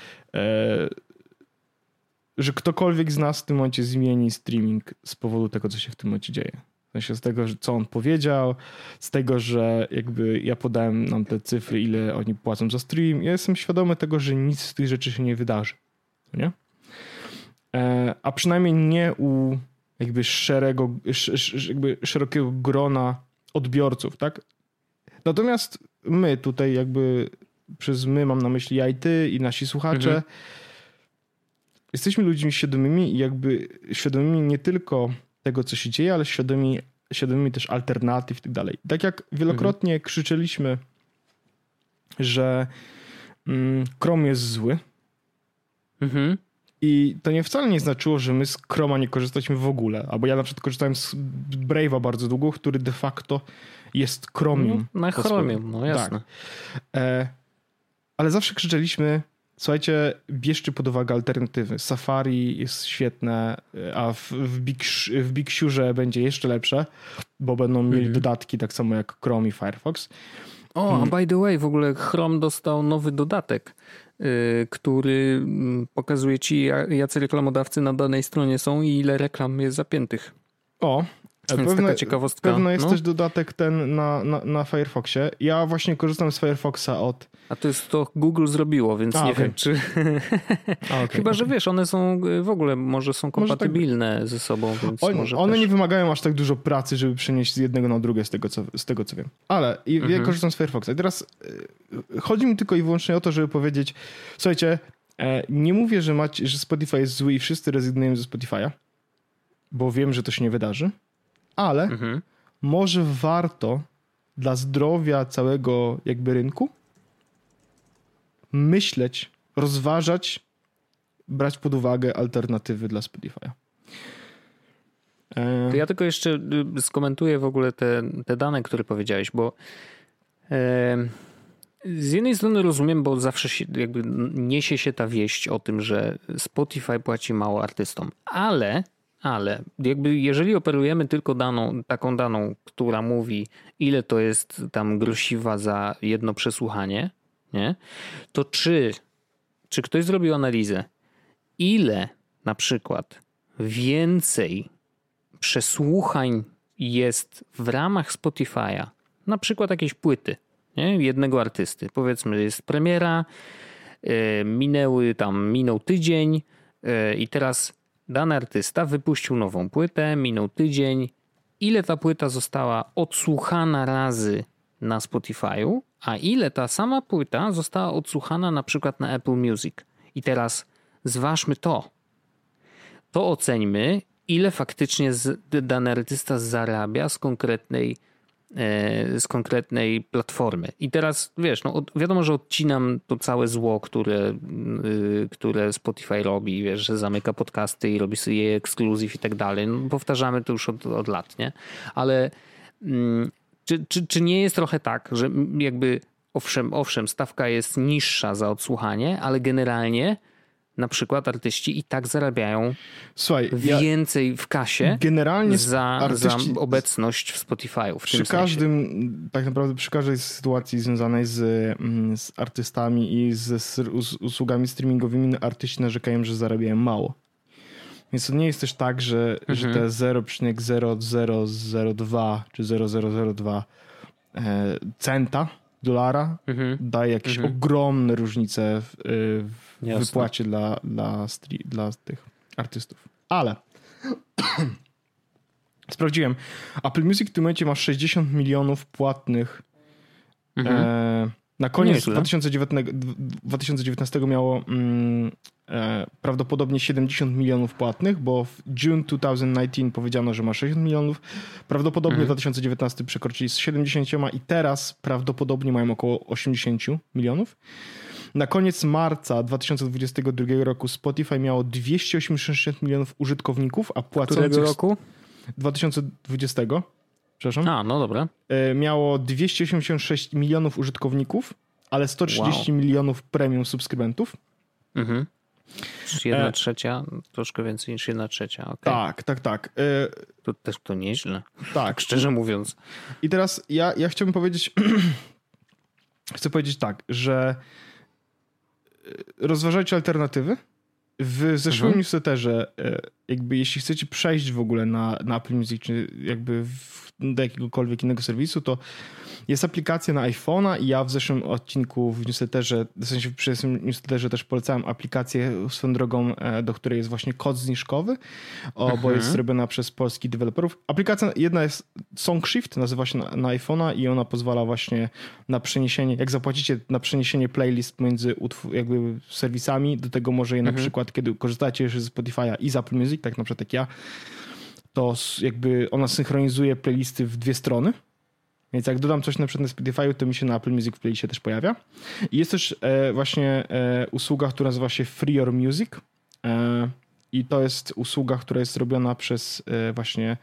ktokolwiek z nas w tym momencie zmieni streaming z powodu tego, co się w tym momencie dzieje. W sensie z tego, co on powiedział, z tego, że jakby ja podałem nam te cyfry, ile oni płacą za stream. Ja jestem świadomy tego, że nic z tych rzeczy się nie wydarzy. Nie? A przynajmniej nie u jakby szerokiego grona odbiorców, tak? Natomiast my tutaj jakby, przez my mam na myśli ja i ty i nasi słuchacze, jesteśmy ludźmi świadomymi i jakby świadomymi nie tylko tego, co się dzieje, ale świadomymi też alternatyw i tak dalej. Tak jak wielokrotnie krzyczeliśmy, że Chrome jest zły i to wcale nie znaczyło, że my z Chroma nie korzystaliśmy w ogóle. Albo ja na przykład korzystałem z Brave'a bardzo długo, który de facto jest Chromium. Na Chromium, no jasne. Tak. Ale zawsze krzyczeliśmy, słuchajcie, bierzcie pod uwagę alternatywy. Safari jest świetne, a w Big Surze będzie jeszcze lepsze, bo będą mieli dodatki tak samo jak Chrome i Firefox. A by the way, w ogóle Chrome dostał nowy dodatek, który pokazuje ci, jacy reklamodawcy na danej stronie są i ile reklam jest zapiętych. Więc taka ciekawostka. Pewno jest też dodatek ten na Firefoxie. Ja właśnie korzystam z Firefoxa A to Google zrobiło, więc nie wiem, czy... Chyba, że wiesz, one są w ogóle, może są kompatybilne ze sobą, więc one nie wymagają aż tak dużo pracy, żeby przenieść z jednego na drugie, z tego co wiem. Ale ja korzystam z Firefoxa. I teraz chodzi mi tylko i wyłącznie o to, żeby powiedzieć, słuchajcie, nie mówię, że Spotify jest zły i wszyscy rezygnują ze Spotify'a, bo wiem, że to się nie wydarzy. Ale może warto dla zdrowia całego jakby rynku myśleć, rozważać, brać pod uwagę alternatywy dla Spotify'a. To ja tylko jeszcze skomentuję w ogóle te dane, które powiedziałeś, bo z jednej strony rozumiem, bo zawsze jakby niesie się ta wieść o tym, że Spotify płaci mało artystom, ale jakby jeżeli operujemy tylko taką daną, która mówi, ile to jest tam grosiwa za jedno przesłuchanie, nie? To czy ktoś zrobił analizę, ile na przykład więcej przesłuchań jest w ramach Spotify'a, na przykład jakiejś płyty, nie? Jednego artysty. Powiedzmy, jest premiera, minął tydzień i teraz dany artysta wypuścił nową płytę, minął tydzień. Ile ta płyta została odsłuchana razy na Spotify'u, a ile ta sama płyta została odsłuchana na przykład na Apple Music. I teraz zważmy to. To oceńmy, ile faktycznie dany artysta zarabia z konkretnej platformy. I teraz wiesz, wiadomo, że odcinam to całe zło, które Spotify robi, wiesz, że zamyka podcasty i robi sobie je ekskluzyw i tak dalej. Powtarzamy to już od lat, nie? Ale czy nie jest trochę tak, że jakby owszem, stawka jest niższa za odsłuchanie, ale generalnie na przykład artyści i tak zarabiają więcej w kasie generalnie za obecność w Spotify'u. Tak naprawdę przy każdej sytuacji związanej z artystami i z usługami streamingowymi artyści narzekają, że zarabiają mało. Więc to nie jest też tak, że te 0,0002 czy 0,002 centa dolara daje jakieś ogromne różnice w wypłacie dla tych artystów. Ale sprawdziłem. Apple Music w tym momencie ma 60 milionów płatnych. Na koniec 2019 miało prawdopodobnie 70 milionów płatnych, bo w June 2019 powiedziano, że ma 60 milionów. Prawdopodobnie w 2019 przekroczyli z 70 i teraz prawdopodobnie mają około 80 milionów. Na koniec marca 2022 roku Spotify miało 286 milionów użytkowników, a płacących... Którego roku? 2020. Przepraszam. No dobra. Miało 286 milionów użytkowników, ale 130 milionów premium subskrybentów. Czyli 1/3, troszkę więcej niż 1/3. Okay. Tak. To też to nieźle. Tak. Szczerze mówiąc. I teraz ja chciałbym powiedzieć, chcę powiedzieć tak, że rozważajcie alternatywy. W zeszłym newsletterze, jakby jeśli chcecie przejść w ogóle na Apple Music, czy jakby do jakiegokolwiek innego serwisu, to jest aplikacja na iPhone'a i ja w zeszłym odcinku w newsletterze, w sensie w przyszłym newsletterze też polecałem aplikację swoją drogą, do której jest właśnie kod zniżkowy, bo jest zrobiona przez polskich deweloperów. Aplikacja jedna jest SongShift, nazywa się na iPhone'a i ona pozwala właśnie na przeniesienie, jak zapłacicie na przeniesienie playlist między jakby serwisami, do tego może je na przykład, kiedy korzystacie jeszcze ze Spotify'a i z Apple Music, tak na przykład jak ja, to jakby ona synchronizuje playlisty w dwie strony. Więc jak dodam coś na przykład na Spotify'u, to mi się na Apple Music w playlistie też pojawia. I jest też właśnie usługa, która nazywa się Free Your Music. I to jest usługa, która jest robiona przez właśnie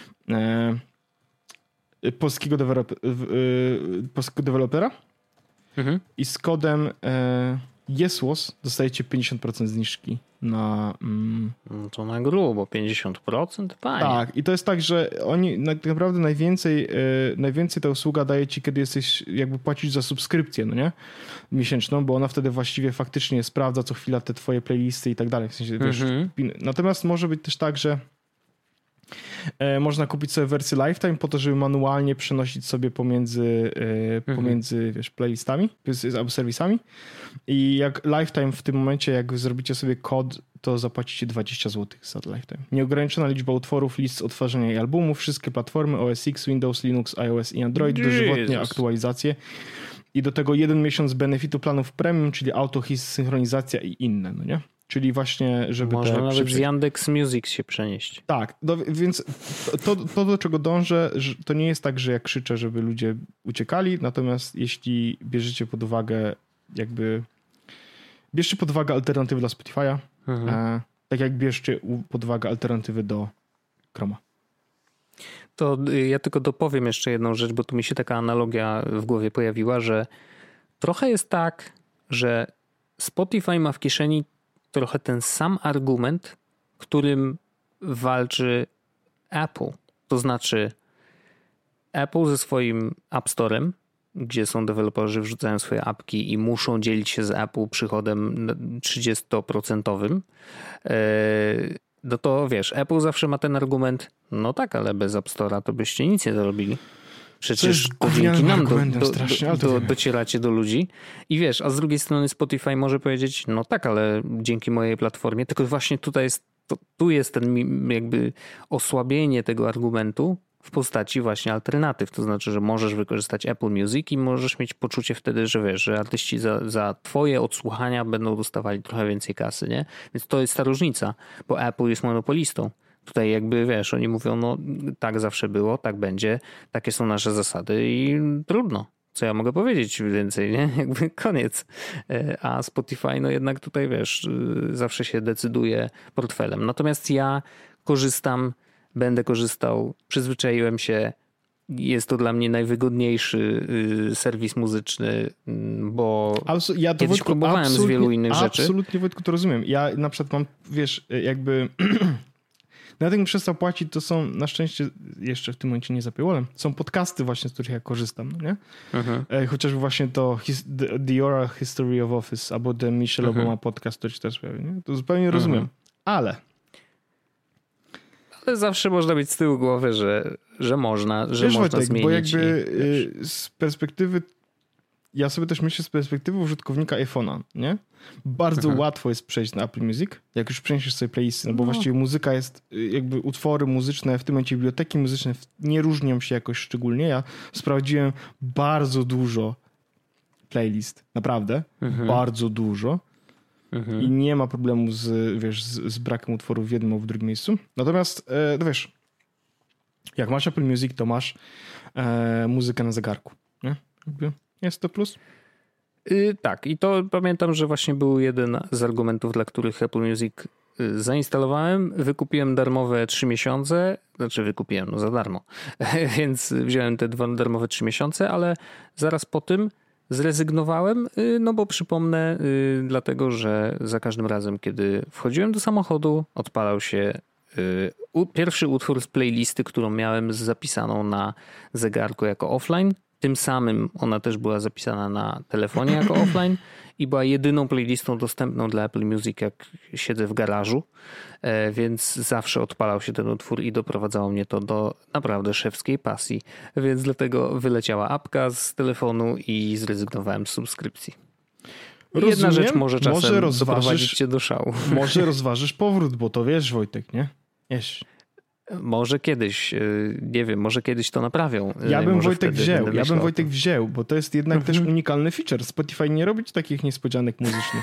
polskiego dewelopera. I z kodem YesWos dostajecie 50% zniżki na... No to na grubo, 50%? Panie. Tak, i to jest tak, że oni tak naprawdę najwięcej ta usługa daje ci, kiedy jesteś, jakby płacisz za subskrypcję, no nie? Miesięczną, bo ona wtedy właściwie faktycznie sprawdza co chwila te twoje playlisty i tak dalej. W sensie, wiesz, natomiast może być też tak, że można kupić sobie wersję Lifetime po to, żeby manualnie przenosić sobie pomiędzy wiesz, playlistami albo serwisami. I jak Lifetime w tym momencie, jak zrobicie sobie kod, to zapłacicie 20 zł za Lifetime. Nieograniczona liczba utworów, list odtwarzania i albumów, wszystkie platformy OS X, Windows, Linux, iOS i Android, dożywotnie aktualizacje. I do tego 1 miesiąc benefitu planów premium, czyli auto-his, synchronizacja i inne, no nie? Czyli właśnie, żeby można nawet z Yandex Music się przenieść. Tak, więc to do czego dążę, że to nie jest tak, że ja krzyczę, żeby ludzie uciekali, natomiast jeśli bierzecie pod uwagę bierzcie pod uwagę alternatywy dla Spotify'a, tak jak bierzcie pod uwagę alternatywy do Chroma. To ja tylko dopowiem jeszcze jedną rzecz, bo tu mi się taka analogia w głowie pojawiła, że trochę jest tak, że Spotify ma w kieszeni trochę ten sam argument, którym walczy Apple. To znaczy Apple ze swoim App Store'em, gdzie są deweloperzy, wrzucają swoje apki i muszą dzielić się z Apple przychodem 30%. No to wiesz, Apple zawsze ma ten argument, no tak, ale bez App Store'a to byście nic nie zrobili. Przecież to dzięki nam strasznie, docieracie do ludzi. I wiesz, a z drugiej strony Spotify może powiedzieć, no tak, ale dzięki mojej platformie, tylko właśnie tutaj jest, tu jest ten jakby osłabienie tego argumentu w postaci właśnie alternatyw. To znaczy, że możesz wykorzystać Apple Music i możesz mieć poczucie wtedy, że wiesz, że artyści za twoje odsłuchania będą dostawali trochę więcej kasy, nie? Więc to jest ta różnica, bo Apple jest monopolistą. Tutaj jakby, wiesz, oni mówią, no tak zawsze było, tak będzie, takie są nasze zasady i trudno. Co ja mogę powiedzieć więcej, nie? Jakby koniec. A Spotify, no jednak tutaj, wiesz, zawsze się decyduje portfelem. Natomiast ja będę korzystał, przyzwyczaiłem się, jest to dla mnie najwygodniejszy serwis muzyczny, bo ja to kiedyś próbowałem z wielu innych rzeczy. Absolutnie, Wojtku, to rozumiem. Ja na przykład mam, wiesz, jakby... Nawet jakbym przestał płacić, to są na szczęście jeszcze w tym momencie nie za paywallem. Są podcasty właśnie, z których ja korzystam, no nie? Chociażby właśnie to The Oral History of Office albo The Michelle Obama podcast, który też prawie, nie? To zupełnie rozumiem. Ale zawsze można mieć z tyłu głowy, że można, że można Wojtek, zmienić. Bo jakby z perspektywy, ja sobie też myślę z perspektywy użytkownika iPhone'a, nie? Bardzo łatwo jest przejść na Apple Music, jak już przeniesiesz sobie playlisty, no bo właściwie muzyka jest, jakby utwory muzyczne, w tym momencie biblioteki muzyczne nie różnią się jakoś szczególnie. Ja sprawdziłem bardzo dużo playlist, naprawdę, bardzo dużo. I nie ma problemu z brakiem utworów w jednym albo w drugim miejscu. Natomiast, no wiesz, jak masz Apple Music, to masz muzykę na zegarku, nie? Jakby jest to plus? Tak, i to pamiętam, że właśnie był jeden z argumentów, dla których Apple Music zainstalowałem, wykupiłem darmowe 3 miesiące, znaczy wykupiłem, no za darmo, więc wziąłem te 2 darmowe 3 miesiące, ale zaraz po tym zrezygnowałem, no bo przypomnę, dlatego, że za każdym razem, kiedy wchodziłem do samochodu, odpalał się pierwszy utwór z playlisty, którą miałem zapisaną na zegarku jako offline. Tym samym ona też była zapisana na telefonie jako offline i była jedyną playlistą dostępną dla Apple Music, jak siedzę w garażu, więc zawsze odpalał się ten utwór i doprowadzało mnie to do naprawdę szewskiej pasji. Więc dlatego wyleciała apka z telefonu i zrezygnowałem z subskrypcji. Rozumiem. Jedna rzecz może czasem doprowadzić cię do szału. Może rozważysz powrót, bo to wiesz, Wojtek, nie? Wiesz. Może kiedyś, nie wiem, może kiedyś to naprawią. Ja bym Wojtek wziął, bo to jest jednak też unikalny feature. Spotify nie robi takich niespodzianek muzycznych.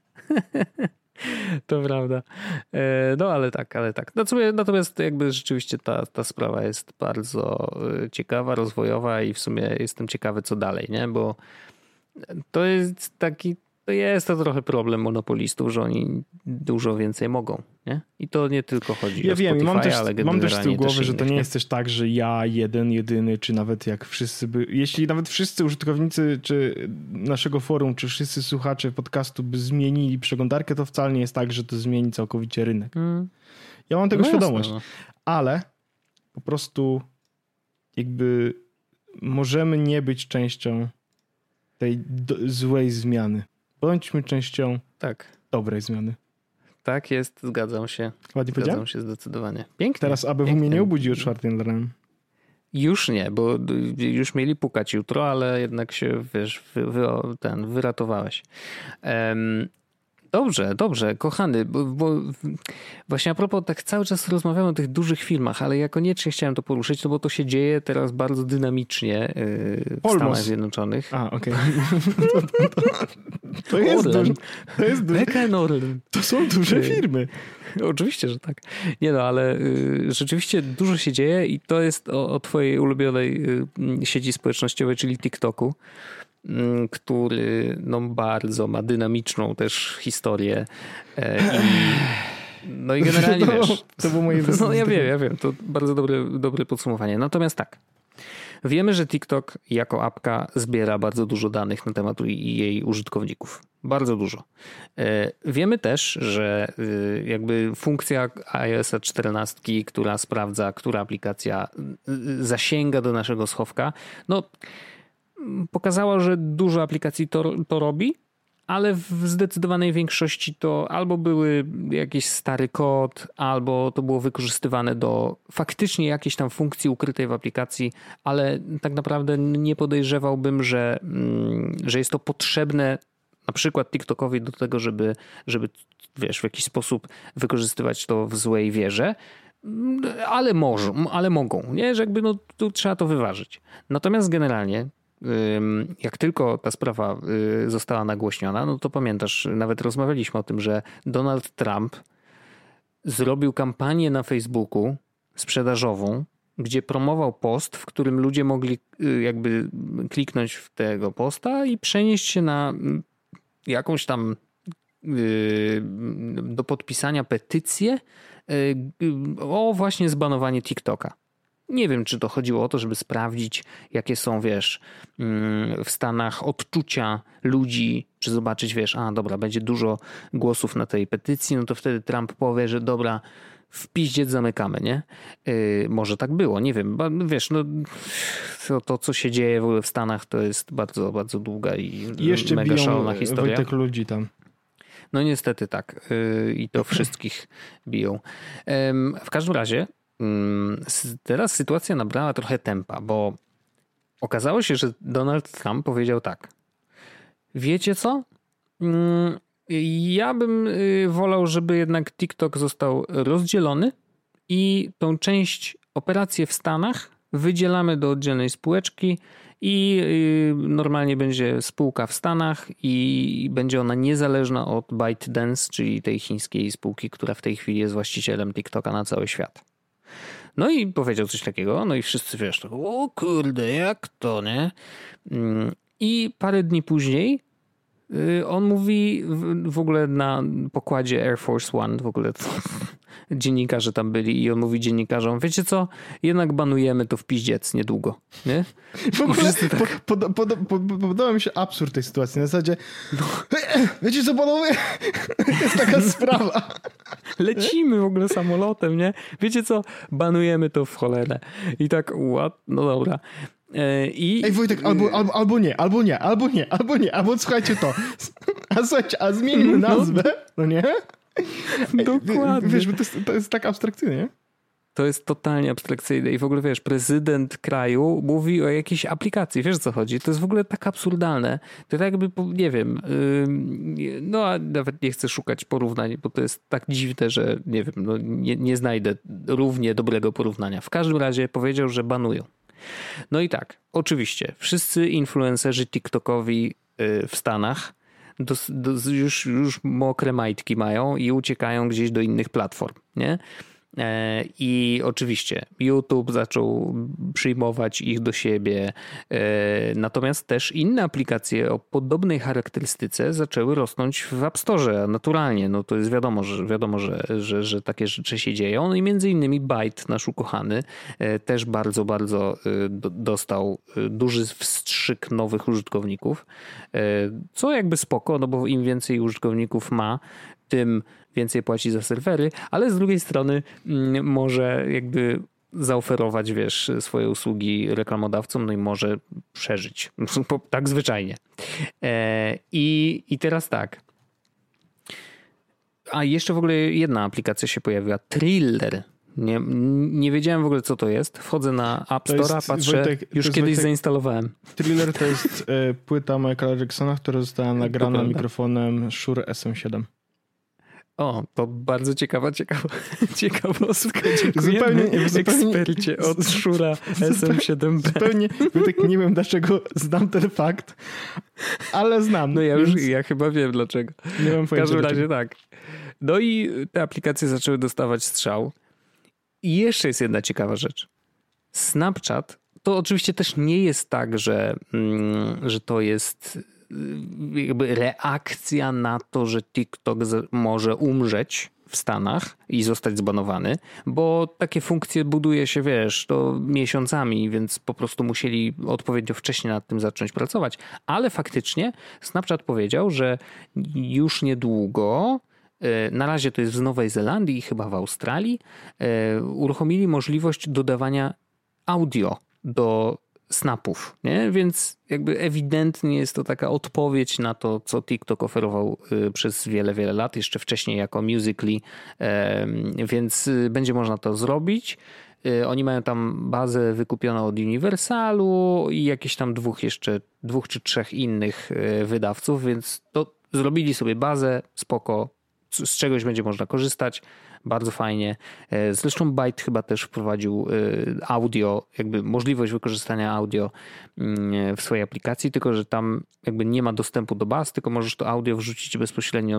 To prawda. No ale tak. Natomiast jakby rzeczywiście ta sprawa jest bardzo ciekawa, rozwojowa i w sumie jestem ciekawy, co dalej, nie? Bo to jest to trochę problem monopolistów, że oni dużo więcej mogą, nie? I to nie tylko chodzi o Spotify, ale generalnie mam też z tyłu głowy, że to nie nie? jest też tak, że ja jedyny, czy nawet jak wszyscy jeśli nawet wszyscy użytkownicy, czy naszego forum, czy wszyscy słuchacze podcastu by zmienili przeglądarkę, to wcale nie jest tak, że to zmieni całkowicie rynek. Ja mam tego świadomość, ale po prostu jakby możemy nie być częścią tej złej zmiany. Bądźmy częścią dobrej zmiany. Tak jest, zgadzam się. Ładnie powiedziałem? Zgadzam się zdecydowanie. Pięknie. Teraz ABW mnie nie obudzi o 4 nad ranem. Już nie, bo już mieli pukać jutro, ale jednak się, wiesz, wyratowałeś. Dobrze, kochany, bo właśnie a propos, tak cały czas rozmawiamy o tych dużych filmach, ale ja koniecznie chciałem to poruszyć, no bo to się dzieje teraz bardzo dynamicznie w Stanach Zjednoczonych. Okej. To jest duże. To są duże firmy. Oczywiście, że tak. Nie no, ale rzeczywiście dużo się dzieje i to jest o twojej ulubionej sieci społecznościowej, czyli TikToku, który no bardzo ma dynamiczną też historię no i generalnie wiesz. To było moje No ja wiem, to bardzo dobre podsumowanie. Natomiast tak, wiemy, że TikTok jako apka zbiera bardzo dużo danych na temat jej użytkowników. Bardzo dużo. Wiemy też, że jakby funkcja iOS 14, która sprawdza, która aplikacja zasięga do naszego schowka, no pokazała, że dużo aplikacji to robi, ale w zdecydowanej większości to albo były jakiś stary kod, albo to było wykorzystywane do faktycznie jakiejś tam funkcji ukrytej w aplikacji, ale tak naprawdę nie podejrzewałbym, że jest to potrzebne na przykład TikTokowi do tego, żeby wiesz, w jakiś sposób wykorzystywać to w złej wierze, ale mogą, nie? Że jakby no tu trzeba to wyważyć. Natomiast generalnie jak tylko ta sprawa została nagłośniona, no to pamiętasz, nawet rozmawialiśmy o tym, że Donald Trump zrobił kampanię na Facebooku sprzedażową, gdzie promował post, w którym ludzie mogli jakby kliknąć w tego posta i przenieść się na jakąś tam do podpisania petycję o właśnie zbanowanie TikToka. Nie wiem, czy to chodziło o to, żeby sprawdzić, jakie są, wiesz, w Stanach odczucia ludzi, czy zobaczyć, wiesz, dobra, będzie dużo głosów na tej petycji, no to wtedy Trump powie, że dobra, w piździec zamykamy, nie? Może tak było, nie wiem. Wiesz, no to, co się dzieje w ogóle w Stanach, to jest bardzo, bardzo długa i jeszcze mega szalona historia. Wojtek ludzi tam. No niestety tak. I to wszystkich biją. W każdym razie teraz sytuacja nabrała trochę tempa, bo okazało się, że Donald Trump powiedział tak. Wiecie co? Ja bym wolał, żeby jednak TikTok został rozdzielony i tą część operacji w Stanach wydzielamy do oddzielnej spółeczki i normalnie będzie spółka w Stanach i będzie ona niezależna od ByteDance, czyli tej chińskiej spółki, która w tej chwili jest właścicielem TikToka na cały świat. No i powiedział coś takiego, no i wszyscy wiesz, tak, o kurde, jak to, nie? I parę dni później on mówi w ogóle na pokładzie Air Force One, w ogóle to dziennikarze tam byli i on mówi dziennikarzom, wiecie co, jednak banujemy to w piździec niedługo, nie? W ogóle tak... podoba mi się absurd tej sytuacji, na zasadzie wiecie co, panowie? Jest taka sprawa. Lecimy w ogóle samolotem, nie? Wiecie co, banujemy to w cholerę. I tak, what? No dobra. Ej Wojtek, albo słuchajcie to. A zmieńmy nazwę, no nie? Dokładnie. Wiesz, to jest tak abstrakcyjne, nie? To jest totalnie abstrakcyjne i w ogóle wiesz, prezydent kraju mówi o jakiejś aplikacji, wiesz o co chodzi? To jest w ogóle tak absurdalne. To tak jakby, nie wiem, no a nawet nie chcę szukać porównań, bo to jest tak dziwne, że nie wiem, no, nie znajdę równie dobrego porównania. W każdym razie powiedział, że banują. No i tak, oczywiście, wszyscy influencerzy TikTokowi w Stanach już mokre majtki mają i uciekają gdzieś do innych platform, nie? I oczywiście YouTube zaczął przyjmować ich do siebie, natomiast też inne aplikacje o podobnej charakterystyce zaczęły rosnąć w App Store naturalnie. No to jest wiadomo, że takie rzeczy się dzieją. No i między innymi Byte, nasz ukochany, też bardzo, bardzo dostał duży wstrzyk nowych użytkowników, co jakby spoko, no bo im więcej użytkowników ma, tym więcej płaci za serwery, ale z drugiej strony może jakby zaoferować, wiesz, swoje usługi reklamodawcom, no i może przeżyć. Tak zwyczajnie. I teraz tak. A jeszcze w ogóle jedna aplikacja się pojawiła. Triller. Nie wiedziałem w ogóle, co to jest. Wchodzę na App Store'a, patrzę, Wojtek, już kiedyś zainstalowałem. Thriller to jest płyta Michaela Jacksona, która została nagrana mikrofonem Shure SM7. O, to bardzo ciekawostka. Dziękujemy ekspercie od Shure'a SM7B. Zupełnie, tak nie wiem dlaczego znam ten fakt, ale znam. No ja chyba wiem dlaczego. Nie mam w każdym razie tak. No i te aplikacje zaczęły dostawać strzał. I jeszcze jest jedna ciekawa rzecz. Snapchat to oczywiście też nie jest tak, że to jest jakby reakcja na to, że TikTok może umrzeć w Stanach i zostać zbanowany, bo takie funkcje buduje się, wiesz, to miesiącami, więc po prostu musieli odpowiednio wcześnie nad tym zacząć pracować. Ale faktycznie Snapchat powiedział, że już niedługo, na razie to jest w Nowej Zelandii i chyba w Australii, uruchomili możliwość dodawania audio do snapów, nie? Więc jakby ewidentnie jest to taka odpowiedź na to, co TikTok oferował przez wiele, wiele lat, jeszcze wcześniej jako Musical.ly, więc będzie można to zrobić. Oni mają tam bazę wykupioną od Universalu i jakieś tam dwóch czy trzech innych wydawców, więc to zrobili sobie bazę, spoko, z czegoś będzie można korzystać. Bardzo fajnie. Zresztą Byte chyba też wprowadził audio, jakby możliwość wykorzystania audio w swojej aplikacji, tylko że tam jakby nie ma dostępu do baz, tylko możesz to audio wrzucić bezpośrednio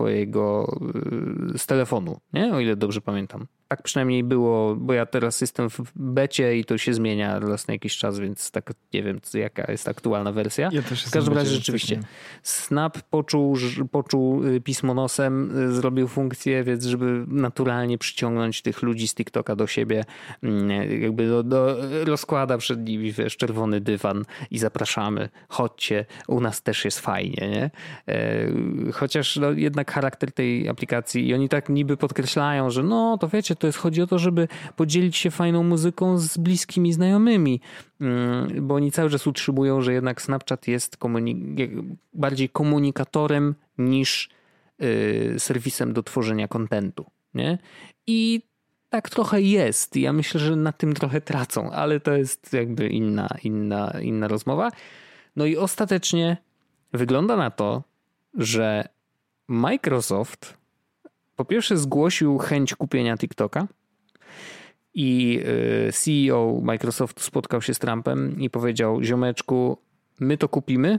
z telefonu, nie? O ile dobrze pamiętam. Tak przynajmniej było, bo ja teraz jestem w becie i to się zmienia raz na jakiś czas, więc tak nie wiem, jaka jest aktualna wersja. Ja też w każdym razie rzeczywiście Snap poczuł pismo nosem, zrobił funkcję, więc żeby naturalnie przyciągnąć tych ludzi z TikToka do siebie, jakby rozkłada przed nimi, wiesz, czerwony dywan i zapraszamy, chodźcie, u nas też jest fajnie, nie? Chociaż no, jednak charakter tej aplikacji i oni tak niby podkreślają, że no to wiecie, chodzi o to, żeby podzielić się fajną muzyką z bliskimi znajomymi, bo oni cały czas utrzymują, że jednak Snapchat jest bardziej komunikatorem niż serwisem do tworzenia kontentu, nie? I tak trochę jest. Ja myślę, że na tym trochę tracą, ale to jest jakby inna rozmowa. No i ostatecznie wygląda na to, że Microsoft po pierwsze zgłosił chęć kupienia TikToka i CEO Microsoftu spotkał się z Trumpem i powiedział: ziomeczku, my to kupimy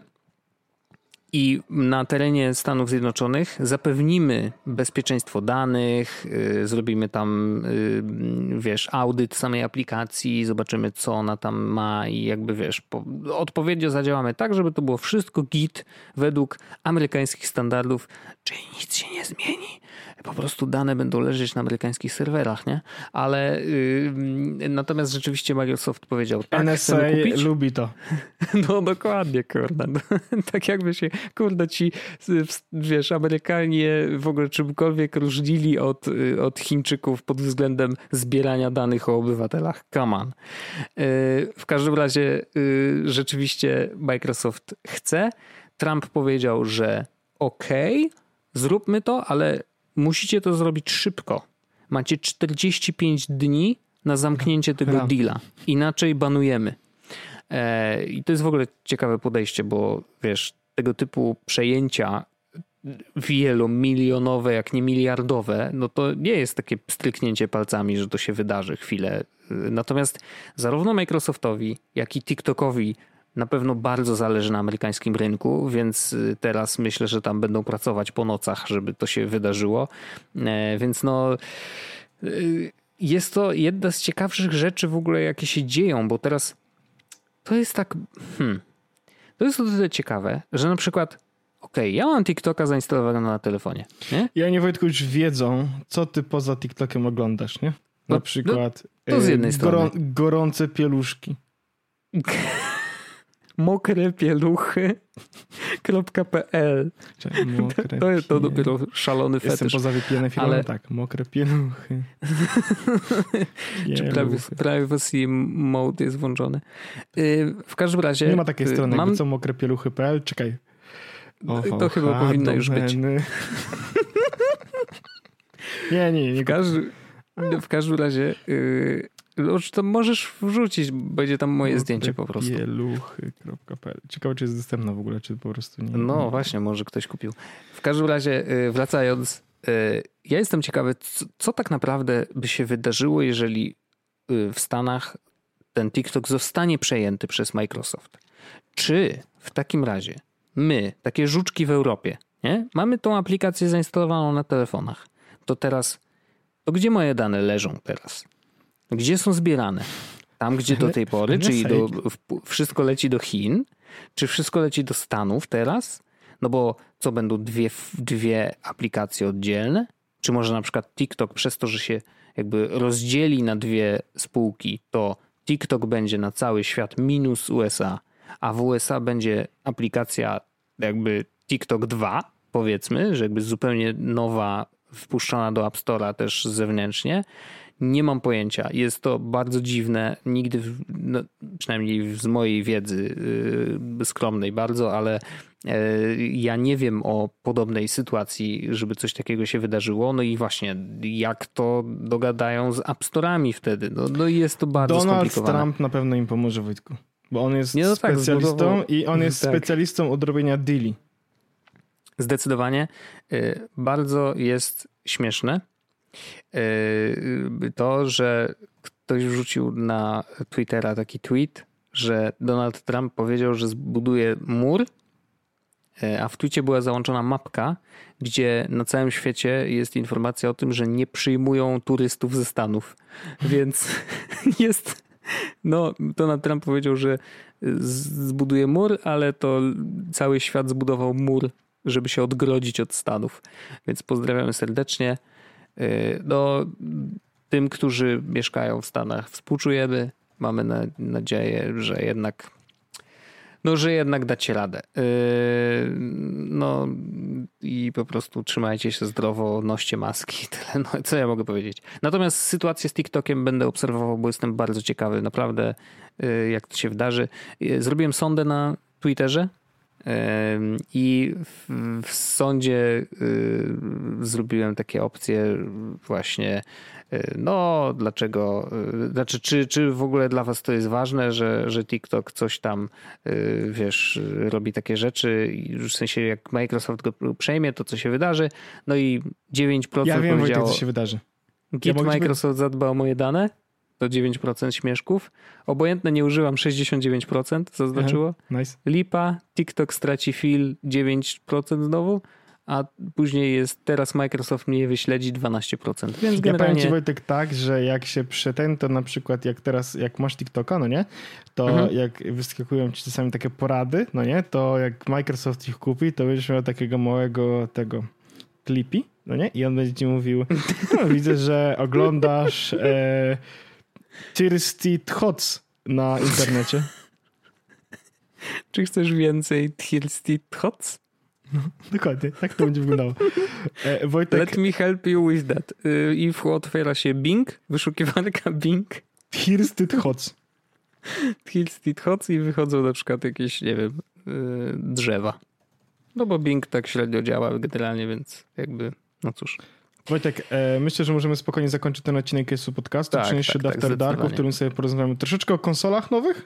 i na terenie Stanów Zjednoczonych zapewnimy bezpieczeństwo danych, zrobimy tam, wiesz, audyt samej aplikacji, zobaczymy, co ona tam ma i jakby, wiesz, odpowiednio zadziałamy tak, żeby to było wszystko git według amerykańskich standardów, czyli nic się nie zmieni. Po prostu dane będą leżeć na amerykańskich serwerach, nie? Ale natomiast rzeczywiście Microsoft powiedział, tak, NSA chcemy kupić. lubi to. No dokładnie, kurde. Tak jakby się, kurde, ci, wiesz, Amerykanie w ogóle czymkolwiek różnili od Chińczyków pod względem zbierania danych o obywatelach. Come on. W każdym razie rzeczywiście Microsoft chce. Trump powiedział, że okej, zróbmy to, ale musicie to zrobić szybko. Macie 45 dni na zamknięcie tego deala. Inaczej banujemy. I to jest w ogóle ciekawe podejście, bo wiesz, tego typu przejęcia wielomilionowe, jak nie miliardowe, no to nie jest takie stryknięcie palcami, że to się wydarzy chwilę. Natomiast zarówno Microsoftowi, jak i TikTokowi na pewno bardzo zależy na amerykańskim rynku, więc teraz myślę, że tam będą pracować po nocach, żeby to się wydarzyło. Więc no jest to jedna z ciekawszych rzeczy w ogóle, jakie się dzieją, bo teraz to jest tak... To jest o tyle ciekawe, że na przykład ja mam TikToka zainstalowanego na telefonie, nie? I oni, Wojtku, już wiedzą, co ty poza TikTokiem oglądasz, nie? Na przykład to z jednej strony. Gorące pieluszki. Mokrepieluchy.pl To dopiero szalony fetysz. Jestem poza VPN-em, ale tak, mokre pieluchy. Czy privacy mode jest włączony? W każdym razie... Nie ma takiej strony, jakby co mokrepieluchy.pl. Czekaj. To chyba powinno już być. Nie. W każdym razie... to możesz wrzucić, będzie tam moje zdjęcie po prostu. Pieluchy.pl. Ciekawe, czy jest dostępna w ogóle, czy po prostu nie. No właśnie, może ktoś kupił. W każdym razie, wracając, ja jestem ciekawy, co tak naprawdę by się wydarzyło, jeżeli w Stanach ten TikTok zostanie przejęty przez Microsoft. Czy w takim razie my, takie żuczki w Europie, nie? Mamy tą aplikację zainstalowaną na telefonach, to teraz, to gdzie moje dane leżą teraz? Gdzie są zbierane? Tam, gdzie do tej pory, czyli wszystko leci do Chin, czy wszystko leci do Stanów teraz? No bo co, będą dwie aplikacje oddzielne? Czy może na przykład TikTok przez to, że się jakby rozdzieli na dwie spółki, to TikTok będzie na cały świat minus USA, a w USA będzie aplikacja jakby TikTok 2, powiedzmy, że jakby zupełnie nowa, wpuszczona do App Store'a też zewnętrznie. Nie mam pojęcia. Jest to bardzo dziwne. Nigdy, przynajmniej z mojej wiedzy skromnej bardzo, ale ja nie wiem o podobnej sytuacji, żeby coś takiego się wydarzyło. No i właśnie, jak to dogadają z App Store'ami wtedy? No jest to bardzo skomplikowane. Donald Trump na pewno im pomoże, Wojtku. Bo on jest specjalistą i on jest specjalistą od robienia deali. Zdecydowanie. Bardzo jest śmieszne to, że ktoś wrzucił na Twittera taki tweet, że Donald Trump powiedział, że zbuduje mur, a w tweetie była załączona mapka, gdzie na całym świecie jest informacja o tym, że nie przyjmują turystów ze Stanów. Więc jest... No, Donald Trump powiedział, że zbuduje mur, ale to cały świat zbudował mur, żeby się odgrodzić od Stanów. Więc pozdrawiamy serdecznie. No, tym, którzy mieszkają w Stanach, współczujemy. Mamy nadzieję, że jednak dacie radę. No i po prostu trzymajcie się zdrowo, noście maski. Tyle, no, co ja mogę powiedzieć. Natomiast sytuację z TikTokiem będę obserwował, bo jestem bardzo ciekawy naprawdę, jak to się wydarzy. Zrobiłem sondę na Twitterze i w sądzie zrobiłem takie opcje właśnie, no dlaczego, znaczy czy w ogóle dla was to jest ważne, że TikTok coś tam, wiesz, robi takie rzeczy, w sensie jak Microsoft go przejmie, to co się wydarzy, no i 9% ja wiem, powiedziało, co się wydarzy. Microsoft zadba o moje dane, to 9% śmieszków. Obojętne nie używam, 69% zaznaczyło. Nice. Lipa, TikTok straci fil 9% znowu, a później jest teraz Microsoft mnie wyśledzi 12%. Więc generalnie... Ja powiem ci, Wojtek, tak, że jak się to na przykład jak masz TikToka, no nie, to jak wyskakują ci czasami takie porady, no nie, to jak Microsoft ich kupi, to będziesz miał takiego małego tego Clippy, no nie, i on będzie ci mówił, no widzę, że oglądasz Thirsty Hots na internecie. Czy chcesz więcej Thirsty Hots? No, dokładnie, tak to będzie wyglądało. Wojtek... Let me help you with that. I otwiera się Bing, wyszukiwarka Bing. Thirsty Hots. Thirsty Hots i wychodzą na przykład jakieś, nie wiem, drzewa. No bo Bing tak średnio działa generalnie, więc jakby, no cóż. Wojtek, myślę, że możemy spokojnie zakończyć ten odcinek Kesu Podcastu, przenieść się do After Darku, w którym sobie porozmawiamy troszeczkę o konsolach nowych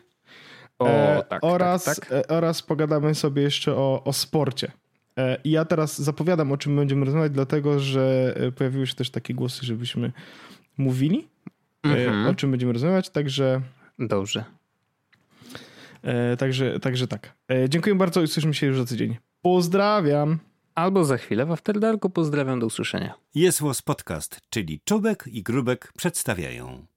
oraz pogadamy sobie jeszcze o sporcie. I ja teraz zapowiadam, o czym będziemy rozmawiać, dlatego że pojawiły się też takie głosy, żebyśmy mówili, o czym będziemy rozmawiać, także... Dobrze. Także tak. Dziękuję bardzo i słyszymy się już za tydzień. Pozdrawiam. Albo za chwilę w After Darku. Pozdrawiam, do usłyszenia. Jest Podcast, czyli Czubek i Grubek przedstawiają.